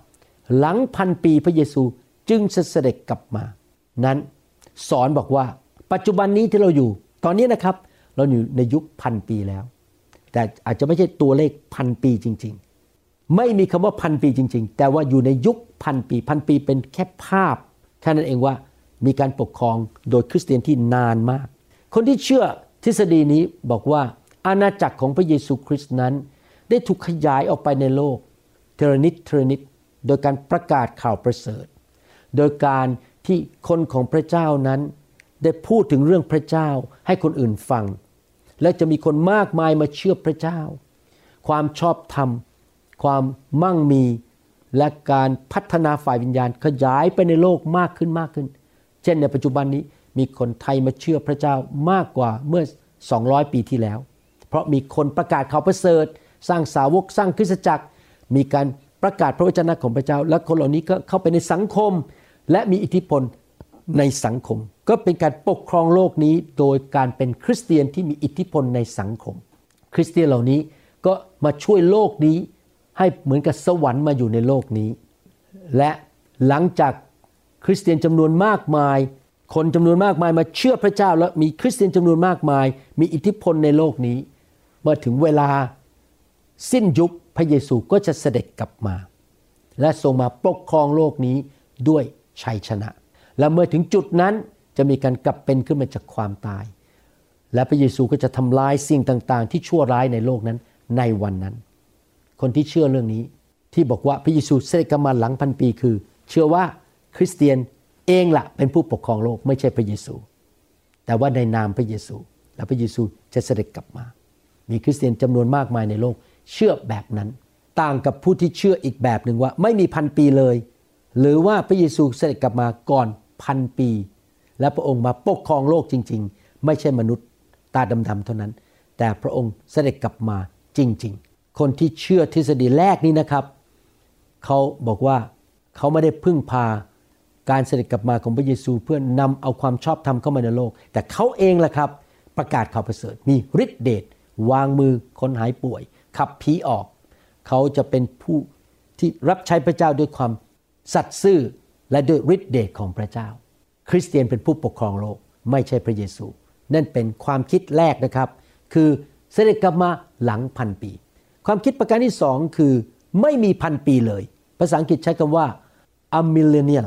หลังพันปีพระเยซูจึงเสด็จกลับมานั้นสอนบอกว่าปัจจุบันนี้ที่เราอยู่ตอนนี้นะครับเราอยู่ในยุคพันปีแล้วแต่อาจจะไม่ใช่ตัวเลขพันปีจริงๆไม่มีคำว่าพันปีจริงๆแต่ว่าอยู่ในยุคพันปีเป็นแค่ภาพแค่นั้นเองว่ามีการปกครองโดยคริสเตียนที่นานมากคนที่เชื่อทฤษฎีนี้บอกว่าอาณาจักรของพระเยซูคริสต์นั้นได้ถูกขยายออกไปในโลกเทระนิดโดยการประกาศข่าวประเสริฐโดยการที่คนของพระเจ้านั้นได้พูดถึงเรื่องพระเจ้าให้คนอื่นฟังและจะมีคนมากมายมาเชื่อพระเจ้าความชอบธรรมความมั่งมีและการพัฒนาฝ่ายวิญญาณขยายไปในโลกมากขึ้นเช่นในปัจจุบันนี้มีคนไทยมาเชื่อพระเจ้ามากกว่าเมื่อ200 ปีที่แล้วเพราะมีคนประกาศข่าวประเสริฐสร้างสาวกสร้างคริสตจักรมีการประกาศพระวจนะของพระเจ้าและคนเหล่านี้ก็เข้าไปในสังคมและมีอิทธิพลในสังคมก็เป็นการปกครองโลกนี้โดยการเป็นคริสเตียนที่มีอิทธิพลในสังคมคริสเตียนเหล่านี้ก็มาช่วยโลกนี้ให้เหมือนกับสวรรค์มาอยู่ในโลกนี้และหลังจากคริสเตียนจำนวนมากมายคนจำนวนมากมายมาเชื่อพระเจ้าและมีคริสเตียนจำนวนมากมายมีอิทธิพลในโลกนี้เมื่อถึงเวลาสิ้นยุคพระเยซูก็จะเสด็จกลับมาและทรงมาปกครองโลกนี้ด้วยชัยชนะและเมื่อถึงจุดนั้นจะมีการกลับเป็นขึ้นมาจากความตายและพระเยซูก็จะทำลายสิ่งต่างๆที่ชั่วร้ายในโลกนั้นในวันนั้นคนที่เชื่อเรื่องนี้ที่บอกว่าพระเยซูเสด็จกลับมาหลังพันปีคือเชื่อว่าคริสเตียนเองล่ะเป็นผู้ปกครองโลกไม่ใช่พระเยซูแต่ว่าในนามพระเยซูและพระเยซูจะเสด็จกลับมามีคริสเตียนจำนวนมากมายในโลกเชื่อแบบนั้นต่างกับผู้ที่เชื่ออีกแบบหนึ่งว่าไม่มีพันปีเลยหรือว่าพระเยซูเสด็จกลับมาก่อนพันปีและพระองค์มาปกครองโลกจริงๆไม่ใช่มนุษย์ตาดำๆเท่านั้นแต่พระองค์เสด็จกลับมาจริงๆคนที่เชื่อทฤษฎีแรกนี้นะครับเขาบอกว่าเขาไม่ได้พึ่งพาการเสด็จกลับมาของพระเยซูเพื่อนำเอาความชอบธรรมเข้ามาในโลกแต่เขาเองล่ะครับประกาศข่าวประเสริฐมีฤทธิ์เดชวางมือคนหายป่วยขับผีออกเขาจะเป็นผู้ที่รับใช้พระเจ้าด้วยความสัตย์ซื่อและด้วยฤทธิ์เดชของพระเจ้าคริสเตียนเป็นผู้ปกครองโลกไม่ใช่พระเยซูนั่นเป็นความคิดแรกนะครับคือเสด็จกลับมาหลังพันปีความคิดประการที่สองคือไม่มีพันปีเลยภาษาอังกฤษใช้คำว่า amillennial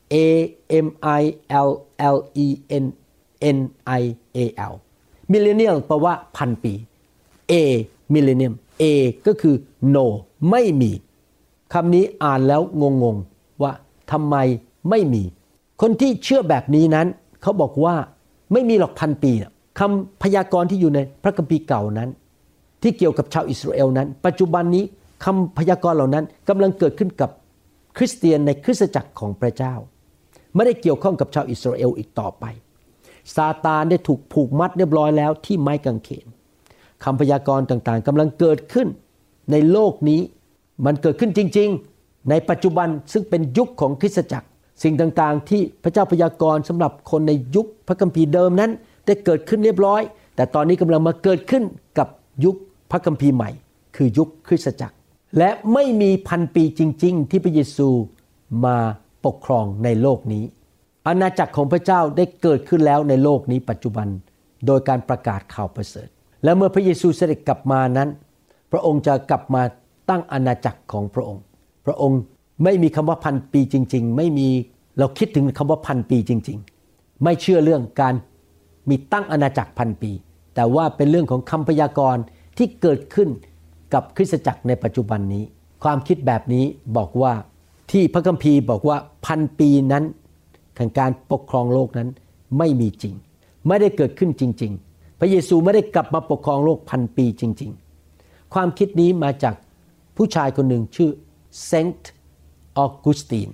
amillennial millennial แปลว่าพันปี millennium ก็คือ no ไม่มีคำนี้อ่านแล้วงงๆว่าทำไมไม่มีคนที่เชื่อแบบนี้นั้นเขาบอกว่าไม่มีหรอกพันปีคำพยากรณ์ที่อยู่ในพระคัมภีร์เก่านั้นที่เกี่ยวกับชาวอิสราเอลนั้นปัจจุบันนี้คำพยากรณ์เหล่านั้นกำลังเกิดขึ้นกับคริสเตียนในคริสตจักรของพระเจ้าไม่ได้เกี่ยวข้องกับชาวอิสราเอลอีกต่อไปซาตานได้ถูกผูกมัดเรียบร้อยแล้วที่ไม้กางเขนคำพยากรณ์ต่างๆกำลังเกิดขึ้นในโลกนี้มันเกิดขึ้นจริงๆในปัจจุบันซึ่งเป็นยุคของคริสตจักรสิ่งต่างๆที่พระเจ้าพยากรณ์สำหรับคนในยุคพระคัมภีร์เดิมนั้นได้เกิดขึ้นเรียบร้อยแต่ตอนนี้กำลังมาเกิดขึ้นกับยุคพระคัมภีร์ใหม่คือยุคคริสตจักรและไม่มีพันปีจริงๆที่พระเยซูมาปกครองในโลกนี้อาณาจักรของพระเจ้าได้เกิดขึ้นแล้วในโลกนี้ปัจจุบันโดยการประกาศข่าวประเสริฐและเมื่อพระเยซูเสด็จกลับมานั้นพระองค์จะกลับมาตั้งอาณาจักรของพระองค์พระองค์ไม่มีคำว่าพันปีจริงๆไม่มีเราคิดถึงคำว่าพันปีจริงๆไม่เชื่อเรื่องการมีตั้งอาณาจักรพันปีแต่ว่าเป็นเรื่องของคำพยากรณ์ที่เกิดขึ้นกับคริสตจักรในปัจจุบันนี้ความคิดแบบนี้บอกว่าที่พระคัมภีร์บอกว่าพันปีนั้นแห่งการปกครองโลกนั้นไม่มีจริงไม่ได้เกิดขึ้นจริงๆพระเยซูไม่ได้กลับมาปกครองโลกพันปีจริงๆความคิดนี้มาจากผู้ชายคนหนึ่งชื่อเซนต์ออกุสติน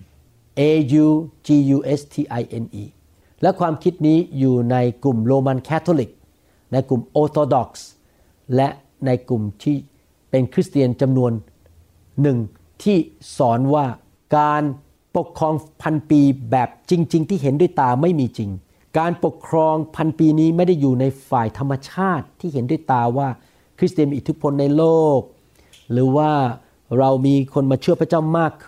Augustine และความคิดนี้อยู่ในกลุ่มโรมันคาทอลิกในกลุ่มออร์โธดอกซ์และในกลุ่มที่เป็นคริสเตียนจำนวนหนึ่งที่สอนว่าการปกครองพันปีแบบจริงๆที่เห็นด้วยตาไม่มีจริงการปกครองพันปีนี้ไม่ได้อยู่ในฝ่ายธรรมชาติที่เห็นด้วยตาว่าคริสเตียนมีอิทธิพลในโลกหรือว่าเรามีคนมาเชื่อพระเจ้ามากขึ้น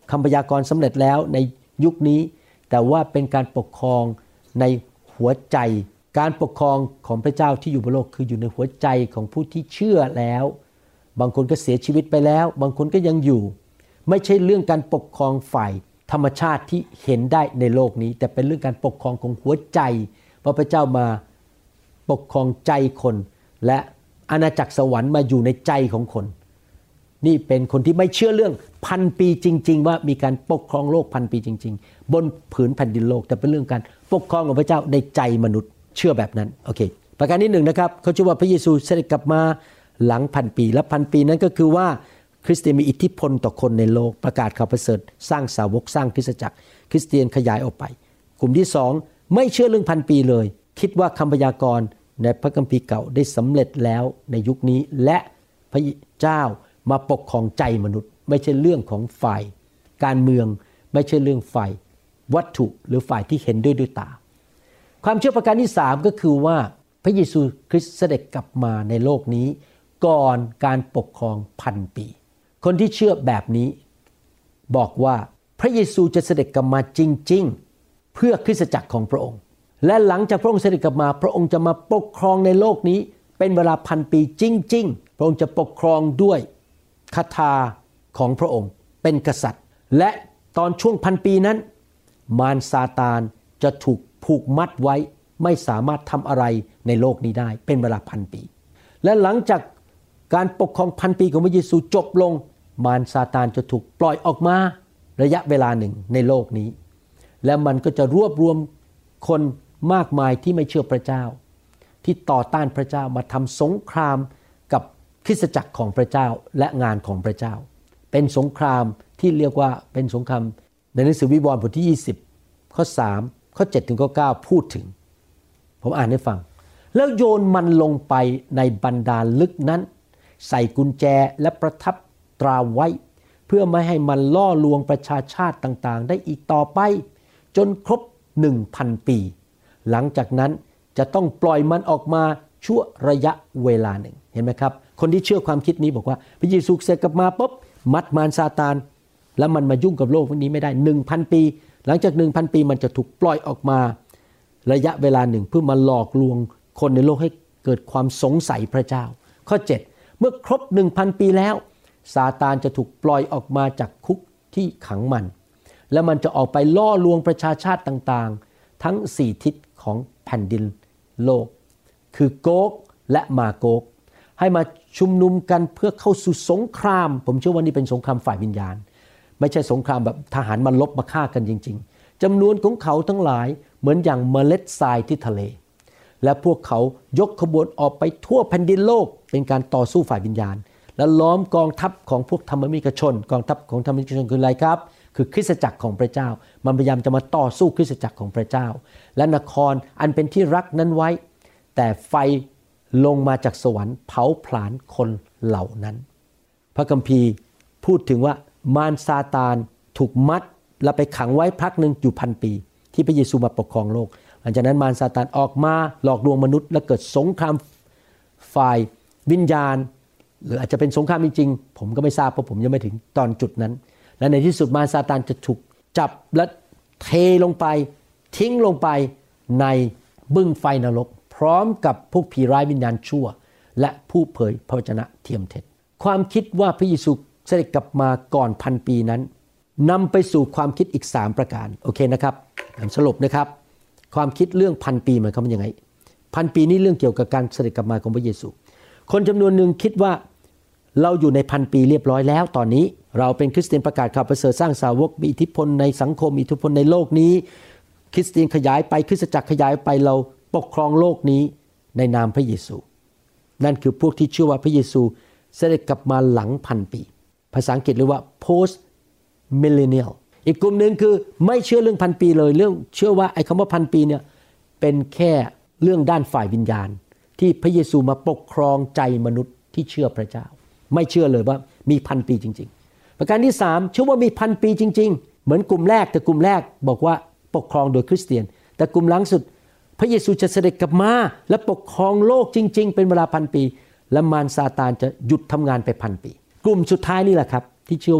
คำพยากรณ์สำเร็จแล้วในยุคนี้แต่ว่าเป็นการปกครองในหัวใจการปกครองของพระเจ้าที่อยู่บนโลกคืออยู่ในหัวใจของผู้ที่เชื่อแล้วบางคนก็เสียชีวิตไปแล้วบางคนก็ยังอยู่ไม่ใช่เรื่องการปกครองฝ่ายธรรมชาติที่เห็นได้ในโลกนี้แต่เป็นเรื่องการปกครองของหัวใจเพราะพระเจ้ามาปกครองใจคนและอาณาจักรสวรรค์มาอยู่ในใจของคนนี่เป็นคนที่ไม่เชื่อเรื่องพันปีจริงๆว่ามีการปกครองโลกพันปีจริงๆบนผืนแผ่นดินโลกแต่เป็นเรื่องการปกครองของพระเจ้าในใจมนุษย์เชื่อแบบนั้นโอเคประการที่1นะครับเขาเชื่อว่าพระเยซูเสด็จกลับมาหลังพันปีและพันปีนั้นก็คือว่าคริสเตียนมีอิทธิพลต่อคนในโลกประกาศข่าวประเสริฐสร้างสาวกสร้างคริสตจักรคริสเตียนขยายออกไปกลุ่มที่2ไม่เชื่อเรื่องพันปีเลยคิดว่าคำพยากรณ์ในพระคัมภีร์เก่าได้สำเร็จแล้วในยุคนี้และพระเจ้ามาปกครองใจมนุษย์ไม่ใช่เรื่องของฝ่ายการเมืองไม่ใช่เรื่องฝ่ายวัตถุหรือฝ่ายที่เห็นด้วยตาความเชื่อประการที่3ก็คือว่าพระเยซูคริสต์เสด็จกลับมาในโลกนี้ก่อนการปกครองพันปีคนที่เชื่อแบบนี้บอกว่าพระเยซูจะเสด็จกลับมาจริงๆเพื่อคริสตจักรของพระองค์และหลังจากพระองค์เสด็จกลับมาพระองค์จะมาปกครองในโลกนี้เป็นเวลาพันปีจริงๆพระองค์จะปกครองด้วยคาถาของพระองค์เป็นกษัตริย์และตอนช่วงพันปีนั้นมารซาตานจะถูกผูกมัดไว้ไม่สามารถทำอะไรในโลกนี้ได้เป็นเวลาพันปีและหลังจากการปกครองพันปีของพระเยซูจบลงมารซาตานจะถูกปล่อยออกมาระยะเวลาหนึ่งในโลกนี้และมันก็จะรวบรวมคนมากมายที่ไม่เชื่อพระเจ้าที่ต่อต้านพระเจ้ามาทำสงครามกับคริสตจักรของพระเจ้าและงานของพระเจ้าเป็นสงครามที่เรียกว่าเป็นสงครามในหนังสือวิวรณ์บทที่20ข้อ3ข้อ7ถึงข้อ9พูดถึงผมอ่านให้ฟังแล้วโยนมันลงไปในบันดาลลึกนั้นใส่กุญแจและประทับตราไว้เพื่อไม่ให้มันล่อลวงประชาชาติต่างๆได้อีกต่อไปจนครบ 1,000 ปีหลังจากนั้นจะต้องปล่อยมันออกมาชั่วระยะเวลาหนึ่งเห็นไหมครับคนที่เชื่อความคิดนี้บอกว่าพระเยซูเสด็จกลับมาปุ๊บมัดมารซาตานแล้วมันมายุ่งกับโลกนี้ไม่ได้ 1,000 ปีหลังจาก 1,000 ปีมันจะถูกปล่อยออกมาระยะเวลาหนึ่งเพื่อมาหลอกลวงคนในโลกให้เกิดความสงสัยพระเจ้าข้อ7เมื่อครบ 1,000 ปีแล้วซาตานจะถูกปล่อยออกมาจากคุกที่ขังมันและมันจะออกไปล่อลวงประชาชาติต่างๆทั้ง4ทิศของแผ่นดินโลกคือโกกและมาโกกให้มาชุมนุมกันเพื่อเข้าสู่สงครามผมเชื่อว่านี่เป็นสงครามฝ่ายวิญญาณไม่ใช่สงครามแบบทหารมาลบมาฆ่ากันจริงๆจำนวนของเขาทั้งหลายเหมือนอย่างเมล็ดทรายที่ทะเลและพวกเขายกขบวนออกไปทั่วแผ่นดินโลกเป็นการต่อสู้ฝ่ายวิญญาณและล้อมกองทัพของพวกธรรมิกชนกองทัพของธรรมิกชนคืออะไรครับคือคริสตจักรของพระเจ้ามันพยายามจะมาต่อสู้คริสตจักรของพระเจ้าและนครอันเป็นที่รักนั้นไว้แต่ไฟลงมาจากสวรรค์เผาผลาญคนเหล่านั้นพระคัมภีร์พูดถึงว่ามารซาตานถูกมัดและไปขังไว้พักหนึ่งอยู่พันปีที่พระเยซูมาปกครองโลกหลังจากนั้นมารซาตานออกมาหลอกลวงมนุษย์และเกิดสงครามฝ่ายวิญญาณหรืออาจจะเป็นสงครามจริงๆผมก็ไม่ทราบเพราะผมยังไม่ถึงตอนจุดนั้นและในที่สุดมารซาตานจะถูกจับและเทลงไปทิ้งลงไปในบึ้งไฟนรกพร้อมกับพวกผีร้ายวิญญาณชั่วและผู้เผยพระวจนะเทียมเท็จความคิดว่าพระเยซูเสด็จกลับมาก่อนพันปีนั้นนำไปสู่ความคิดอีก3ประการโอเคนะครับผมสรุปนะครับความคิดเรื่องพันปีหมายความว่ายังไงพันปีนี้เรื่องเกี่ยวกับการเสด็จกลับมาของพระเยซูคนจำนวนหนึ่งคิดว่าเราอยู่ในพันปีเรียบร้อยแล้วตอนนี้เราเป็นคริสเตียนประกาศข่าวประเสริฐสร้างสาวกมีอิทธิพลในสังคมมีอิทธิพลในโลกนี้คริสเตียนขยายไปคริสตจักรขยายไปเราปกครองโลกนี้ในนามพระเยซูนั่นคือพวกที่เชื่อว่าพระเยซูเสด็จกลับมาหลังพันปีภาษาอังกฤษเรียกว่า post millennial อีกกลุ่มนึงคือไม่เชื่อเรื่องพันปีเลยเรื่องเชื่อว่าไอ้คำว่าพันปีเนี่ยเป็นแค่เรื่องด้านฝ่ายวิญญาณที่พระเยซูมาปกครองใจมนุษย์ที่เชื่อพระเจ้าไม่เชื่อเลยว่ามีพันปีจริงๆประการที่3เชื่อว่ามีพันปีจริงๆเหมือนกลุ่มแรกแต่กลุ่มแรกบอกว่าปกครองโดยคริสเตียนแต่กลุ่มหลังสุดพระเยซูจะเสด็จกลับมาและปกครองโลกจริงๆเป็นเวลาพันปีและมารซาตานจะหยุดทำงานไปพันปีกลุ่มสุดท้ายนี่แหละครับที่เชื่อว่า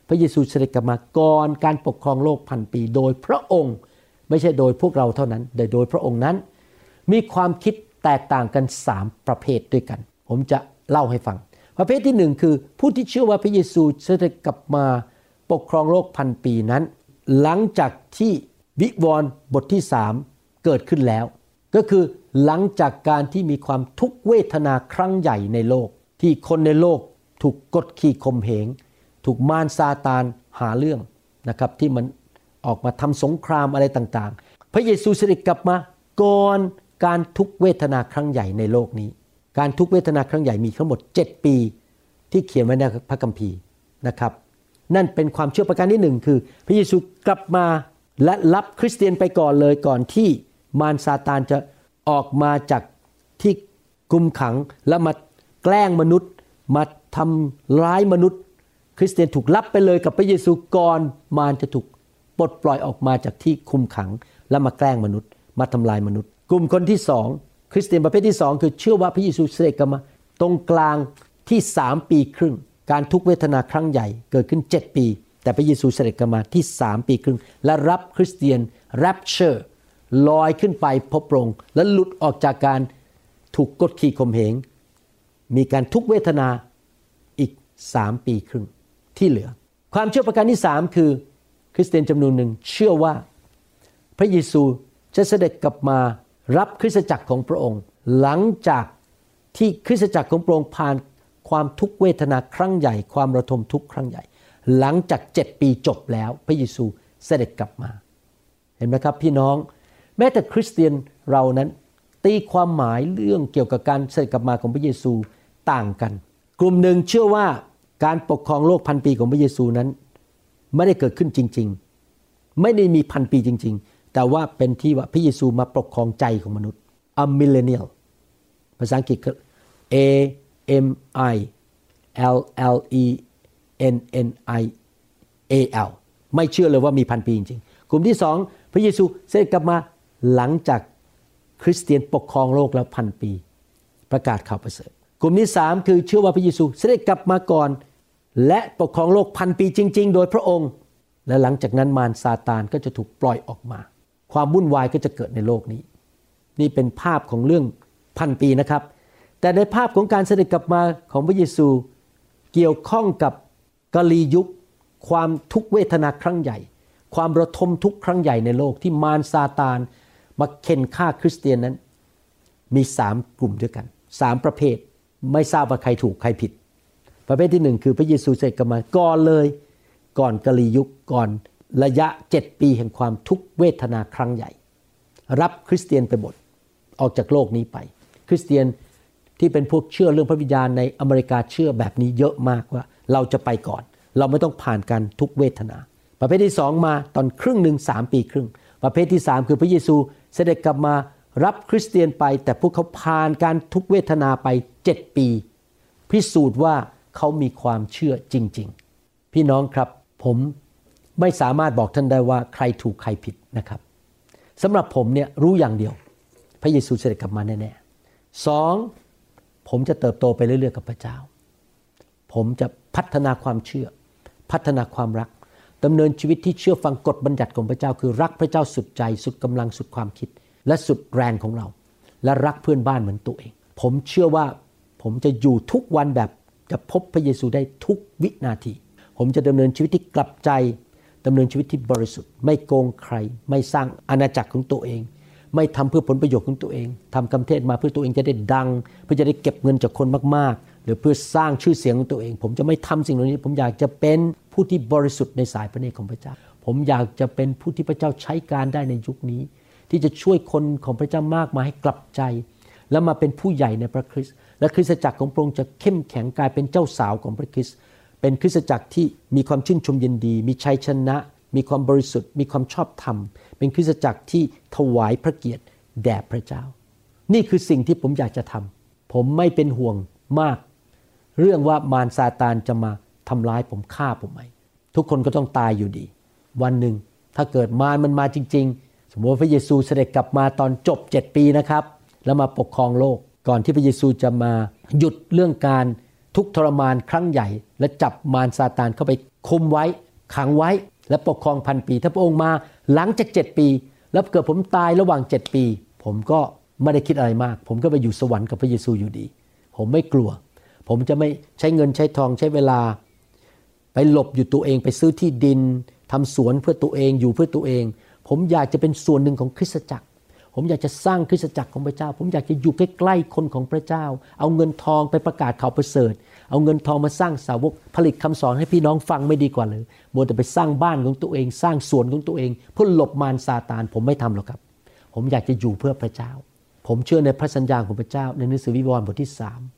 พระเยซูเสด็จกลับมาก่อนการปกครองโลกพันปีโดยพระองค์ไม่ใช่โดยพวกเราเท่านั้นแต่โดยพระองค์นั้นมีความคิดแตกต่างกัน3ประเภทด้วยกันผมจะเล่าให้ฟังประเภทที่1คือผู้ที่เชื่อว่าพระเยซูเสด็จกลับมาปกครองโลกพันปีนั้นหลังจากที่วิวรณ์บทที่3เกิดขึ้นแล้วก็คือหลังจากการที่มีความทุกขเวทนาครั้งใหญ่ในโลกที่คนในโลกถูกกดขี่ข่มเหงถูกมารซาตานหาเรื่องนะครับที่มันออกมาทำสงครามอะไรต่างๆพระเยซูเสด็จกลับมาก่อนการทุกขเวทนาครั้งใหญ่ในโลกนี้การทุกขเวทนาครั้งใหญ่มีทั้งหมด7ปีที่เขียนไว้ในพระคัมภีร์นะครับนั่นเป็นความเชื่อประการที่1คือพระเยซูกลับมาและรับคริสเตียนไปก่อนเลยก่อนที่มารซาตานจะออกมาจากที่คุมขังแล้วมาแกล้งมนุษย์มาทำร้ายมนุษย์คริสเตียนถูกรับไปเลยกับพระเยซูก่อนมารจะถูกปลดปล่อยออกมาจากที่คุมขังแล้วมาแกล้งมนุษย์มาทำลายมนุษย์กลุ่มคนที่2คริสเตียนประเภทที่2คือเชื่อว่าพระเยซูเสด็จกลับมาตรงกลางที่3ปีครึ่งการทุกขเวทนาครั้งใหญ่เกิดขึ้น7ปีแต่พระเยซูเสด็จกลับมาที่3ปีครึ่งและรับคริสเตียน rapture ลอยขึ้นไปพบพระองค์และหลุดออกจากการถูกกดขี่ข่มเหงมีการทุกขเวทนาอีก3ปีครึ่งที่เหลือความเชื่อประการที่3คือคริสเตียนจำนวนหนึ่งเชื่อว่าพระเยซูจะเสด็จกลับมารับคริสตจักรของพระองค์หลังจากที่คริสตจักรของพระองค์ผ่านความทุกขเวทนาครั้งใหญ่ความระทมทุกข์ครั้งใหญ่หลังจาก7ปีจบแล้วพระเยซูเสด็จกลับมาเห็นไหมครับพี่น้องแม้แต่คริสเตียนเรานั้นตีความหมายเรื่องเกี่ยวกับการเสด็จกลับมาของพระเยซูต่างกันกลุ่มหนึ่งเชื่อว่าการปกครองโลกพันปีของพระเยซูนั้นไม่ได้เกิดขึ้นจริงๆไม่ได้มีพันปีจริงๆแต่ว่าเป็นที่ว่าพระเยซูมาปกครองใจของมนุษย์ a millennial ภาษาอังกฤษคือ A M I L L E N N I A L ไม่เชื่อเลยว่ามีพันปีจริงๆกลุ่มที่2พระเยซูเสด็จกลับมาหลังจากคริสเตียนปกครองโลกแล้วพันปีประกาศข่าวประเสริฐกลุ่มที่3คือเชื่อว่าพระเยซูเสด็จกลับมาก่อนและปกครองโลกพันปีจริงๆโดยพระองค์และหลังจากนั้นมารซาตานก็จะถูกปล่อยออกมาความวุ่นวายก็จะเกิดในโลกนี้นี่เป็นภาพของเรื่องพันปีนะครับแต่ในภาพของการเสด็จกลับมาของพระเยซูเกี่ยวข้องกับกาลียุคความทุกขเวทนาครั้งใหญ่ความระทมทุกข์ครั้งใหญ่ในโลกที่มารซาตานมาเข็นฆ่าคริสเตียนนั้นมี3กลุ่มด้วยกัน3ประเภทไม่ทราบว่าใครถูกใครผิดประเภทที่1คือพระเยซูเสด็จกลับมาก่อนเลยก่อนกาลียุคก่อนระยะ7ปีแห่งความทุกขเวทนาครั้งใหญ่รับคริสเตียนไปหมดออกจากโลกนี้ไปคริสเตียนที่เป็นพวกเชื่อเรื่องพระวิญญาณในอเมริกาเชื่อแบบนี้เยอะมากว่าเราจะไปก่อนเราไม่ต้องผ่านการทุกขเวทนาประเภทที่2มาตอนครึ่งนึง3ปีครึ่งประเภทที่3คือพระเยซูเสด็จกลับมารับคริสเตียนไปแต่พวกเขาผ่านการทุกขเวทนาไป7ปีพิสูจน์ว่าเขามีความเชื่อจริงๆพี่น้องครับผมไม่สามารถบอกท่านได้ว่าใครถูกใครผิดนะครับสำหรับผมเนี่ยรู้อย่างเดียวพระเยซูเสด็จกลับมาแน่ๆ2ผมจะเติบโตไปเรื่อยๆกับพระเจ้าผมจะพัฒนาความเชื่อพัฒนาความรักดำเนินชีวิตที่เชื่อฟังกฎบัญญัติของพระเจ้าคือรักพระเจ้าสุดใจสุดกำลังสุดความคิดและสุดแรงของเราและรักเพื่อนบ้านเหมือนตัวเองผมเชื่อว่าผมจะอยู่ทุกวันแบบจะพบพระเยซูได้ทุกวินาทีผมจะดำเนินชีวิตที่กลับใจดำเนินชีวิตที่บริสุทธิ์ไม่โกงใครไม่สร้างอาณาจักรของตัวเองไม่ทำเพื่อผลประโยชน์ของตัวเองทำคำเทศมาเพื่อตัวเองจะได้ดังเพื่อจะได้เก็บเงินจากคนมากๆหรือเพื่อสร้างชื่อเสียงของตัวเองผมจะไม่ทำสิ่งเหล่านี้ผมอยากจะเป็นผู้ที่บริสุทธิ์ในสายพระเนตรของพระเจ้าผมอยากจะเป็นผู้ที่พระเจ้าใช้การได้ในยุคนี้ที่จะช่วยคนของพระเจ้ามากมายให้กลับใจและมาเป็นผู้ใหญ่ในพระคริสต์และคริสตจักรของพระองค์จะเข้มแข็งกลายเป็นเจ้าสาวของพระคริสต์เป็นคริสตจักรที่มีความชื่นชมยินดีมีชัยชนะมีความบริสุทธิ์มีความชอบธรรมเป็นคริสตจักรที่ถวายพระเกียรติแด่พระเจ้านี่คือสิ่งที่ผมอยากจะทำผมไม่เป็นห่วงมากเรื่องว่ามารซาตานจะมาทำร้ายผมฆ่าผมไหมทุกคนก็ต้องตายอยู่ดีวันหนึ่งถ้าเกิดมารมันมาจริงๆสมมติว่าพระเยซูเสด็จกลับมาตอนจบ7ปีนะครับแล้วมาปกครองโลกก่อนที่พระเยซูจะมาหยุดเรื่องการทุกข์ทรมานครั้งใหญ่และจับมารซาตานเข้าไปคุมไว้ขังไว้และปกครอง1,000 ปีถ้าพระองค์มาหลังจาก7 ปีแล้วเกิดผมตายระหว่าง7 ปีผมก็ไม่ได้คิดอะไรมากผมก็ไปอยู่สวรรค์กับพระเยซูอยู่ดีผมไม่กลัวผมจะไม่ใช้เงินใช้ทองใช้เวลาไปหลบอยู่ตัวเองไปซื้อที่ดินทำสวนเพื่อตัวเองอยู่เพื่อตัวเองผมอยากจะเป็นส่วนหนึ่งของคริสตจักรผมอยากจะสร้างคริสตจักรของพระเจ้าผมอยากจะอยู่ใกล้ๆคนของพระเจ้าเอาเงินทองไปประกาศข่าวประเสริฐเอาเงินทองมาสร้างสาวกผลิตคำสอนให้พี่น้องฟังไม่ดีกว่าหรือมัวแต่ไปสร้างบ้านของตัวเองสร้างสวนของตัวเองเพื่อหลบมารซาตานผมไม่ทำหรอกครับผมอยากจะอยู่เพื่อพระเจ้าผมเชื่อในพระสัญญาของพระเจ้าในหนังสือวิวรณ์บทที่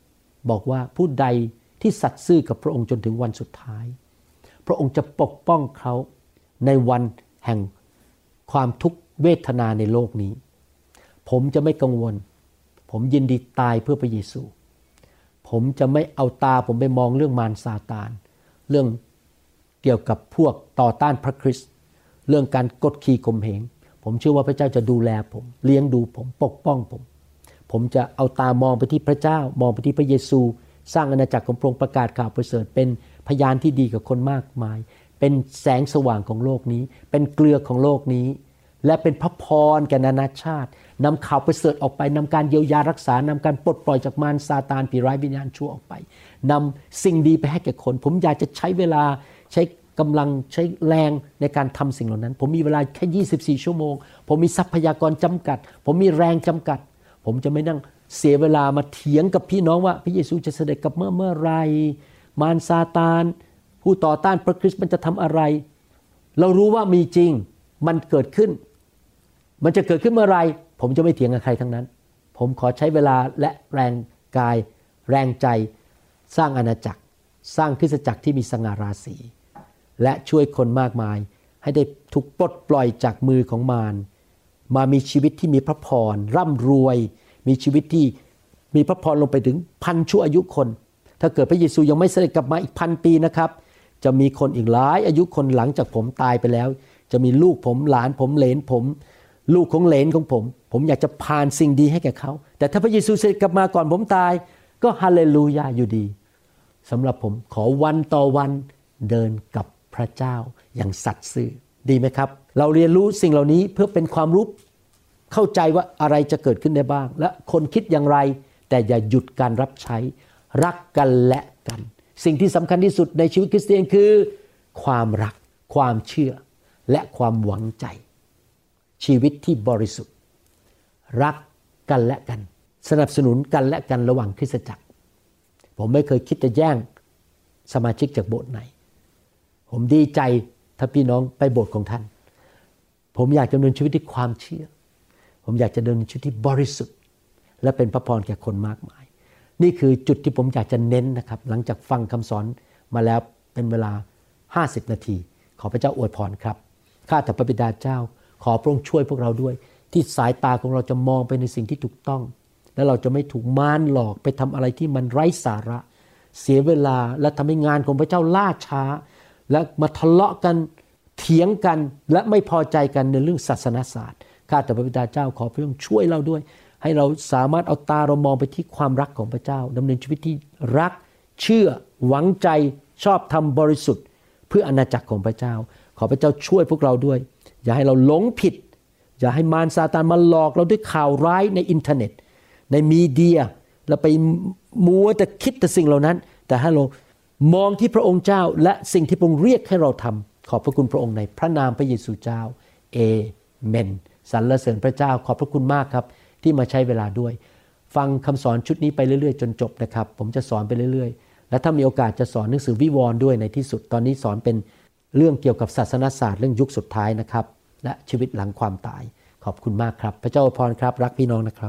3บอกว่าผู้ใดที่สัตย์ซื่อกับพระองค์จนถึงวันสุดท้ายพระองค์จะปกป้องเขาในวันแห่งความทุกข์เวทนาในโลกนี้ผมจะไม่กังวลผมยินดีตายเพื่อพระเยซูผมจะไม่เอาตาผมไปมองเรื่องมารซาตานเรื่องเกี่ยวกับพวกต่อต้านพระคริสต์เรื่องการกดขี่ข่มเหงผมเชื่อว่าพระเจ้าจะดูแลผมเลี้ยงดูผมปกป้องผมจะเอาตามองไปที่พระเจ้ามองไปที่พระเยซูสร้างอาณาจักรของพระองค์ประกาศข่าวประเสริฐเป็นพยานที่ดีกับคนมากมายเป็นแสงสว่างของโลกนี้เป็นเกลือของโลกนี้และเป็นพระพรแก่นานาชาตินำข่าวประเสริฐออกไปนำการเยียวยารักษานำการปลดปล่อยจากมารซาตานผีร้ายวิญญาณชั่วออกไปนำสิ่งดีไปให้แก่คนผมอยากจะใช้เวลาใช้กำลังใช้แรงในการทำสิ่งเหล่านั้นผมมีเวลาแค่24 ชั่วโมงผมมีทรัพยากรจำกัดผมมีแรงจำกัดผมจะไม่นั่งเสียเวลามาเถียงกับพี่น้องว่าพระเยซูจะเสด็จกลับเมื่อไรมารซาตานผู้ต่อต้านพระคริสต์มันจะทำอะไรเรารู้ว่ามีจริงมันเกิดขึ้นมันจะเกิดขึ้นเมื่อไรผมจะไม่เถียงกับใครทั้งนั้นผมขอใช้เวลาและแรงกายแรงใจสร้างอาณาจักรสร้างคริสตจักรที่มีสง่าราศีและช่วยคนมากมายให้ได้ถูกปลดปล่อยจากมือของมารมามีชีวิตที่มีพระพรร่ำรวยมีชีวิตที่มีพระพรลงไปถึง1,000 ชั่วอายุคนถ้าเกิดพระเยซูยังไม่เสด็จกลับมาอีก1,000 ปีนะครับจะมีคนอีกหลายอายุคนหลังจากผมตายไปแล้วจะมีลูกผมหลานผมเหลนผมลูกของเหลนของผมอยากจะผ่านสิ่งดีให้แก่เขาแต่ถ้าพระเยซูเสด็จกลับมาก่อนผมตายก็ฮาเลลูยาอยู่ดีสำหรับผมขอวันต่อวันเดินกับพระเจ้าอย่างสัตย์ซื่อดีไหมครับเราเรียนรู้สิ่งเหล่านี้เพื่อเป็นความรู้เข้าใจว่าอะไรจะเกิดขึ้นได้บ้างและคนคิดอย่างไรแต่อย่าหยุดการรับใช้รักกันและกันสิ่งที่สำคัญที่สุดในชีวิตคริสเตียนคือความรักความเชื่อและความหวังใจชีวิตที่บริสุทธิ์รักกันและกันสนับสนุนกันและกันระหว่างคริสตจักรผมไม่เคยคิดจะแย่งสมาชิกจากโบสถ์ไหนผมดีใจถ้าพี่น้องไปโบสถ์ของท่านผมอยากจะดำเนินชีวิตที่ความเชื่อผมอยากจะดำเนินชีวิตที่บริสุทธิ์และเป็นพระพรแก่คนมากมายนี่คือจุดที่ผมอยากจะเน้นนะครับหลังจากฟังคำสอนมาแล้วเป็นเวลา50 นาทีขอพระเจ้าอวยพรครับข้าแต่พระบิดาเจ้าขอพระองค์ช่วยพวกเราด้วยที่สายตาของเราจะมองไปในสิ่งที่ถูกต้องและเราจะไม่ถูกมารหลอกไปทำอะไรที่มันไร้สาระเสียเวลาและทำให้งานของพระเจ้าล่าช้าและมาทะเลาะกันเถียงกันและไม่พอใจกันในเรื่องศาสนศาสตร์ข้าแต่พระบิดาเจ้าขอพระองค์ช่วยเราด้วยให้เราสามารถเอาตาเรามองไปที่ความรักของพระเจ้าดำเนินชีวิตที่รักเชื่อหวังใจชอบธรรมบริสุทธิ์เพื่ออาณาจักรของพระเจ้าขอพระเจ้าช่วยพวกเราด้วยอย่าให้เราหลงผิดอย่าให้มารซาตานมาหลอกเราด้วยข่าวร้ายในอินเทอร์เน็ตในมีเดียแล้วไปมัวแต่คิดแต่สิ่งเหล่านั้นแต่ให้เรามองที่พระองค์เจ้าและสิ่งที่พระองค์เรียกให้เราทำขอบพระคุณพระองค์ในพระนามพระเยซูเจ้าเอเมนสรรเสริญพระเจ้าขอบพระคุณมากครับที่มาใช้เวลาด้วยฟังคำสอนชุดนี้ไปเรื่อยๆจนจบนะครับผมจะสอนไปเรื่อยๆและถ้ามีโอกาสจะสอนหนังสือวิวรณ์ด้วยในที่สุดตอนนี้สอนเป็นเรื่องเกี่ยวกับศาสนศาสตร์เรื่องยุคสุดท้ายนะครับและชีวิตหลังความตายขอบคุณมากครับพระเจ้าอวยพรครับรักพี่น้องนะครับ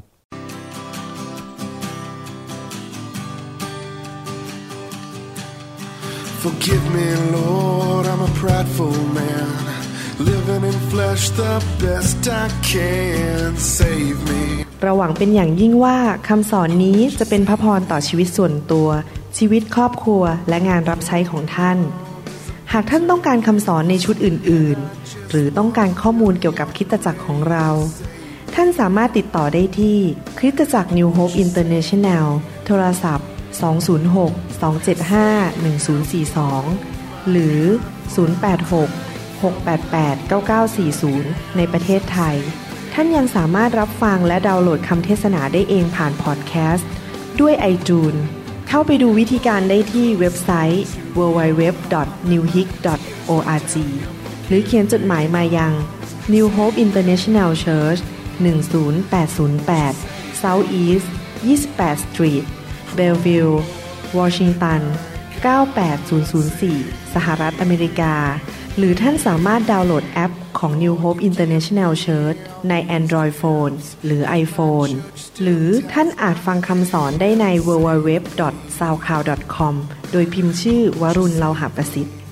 Forgive me, Lord, I'm a prideful man, living in flesh the best I can. Save me. เราหวังเป็นอย่างยิ่งว่าคำสอนนี้จะเป็นพระพรต่อชีวิตส่วนตัวชีวิตครอบครัวและงานรับใช้ของท่านหากท่านต้องการคำสอนในชุดอื่นๆหรือต้องการข้อมูลเกี่ยวกับคริสตจักรของเราท่านสามารถติดต่อได้ที่คริสตจักร New Hope International โทรศัพท์ 206-275-1042 หรือ086-688-9940 ในประเทศไทยท่านยังสามารถรับฟังและดาวน์โหลดคำเทศนาได้เองผ่านพอดแคสต์ด้วย iTunes เข้าไปดูวิธีการได้ที่เว็บไซต์ www.newhope.org หรือเขียนจดหมายมายัง New Hope International Church 10808 South East 28th Street Bellevue Washington 98004 สหรัฐอเมริกาหรือท่านสามารถดาวน์โหลดแอปของ New Hope International Church ใน Android Phone หรือ iPhone หรือท่านอาจฟังคำสอนได้ใน www.soundcloud.com โดยพิมพ์ชื่อวรุณ เลาหะประสิทธิ์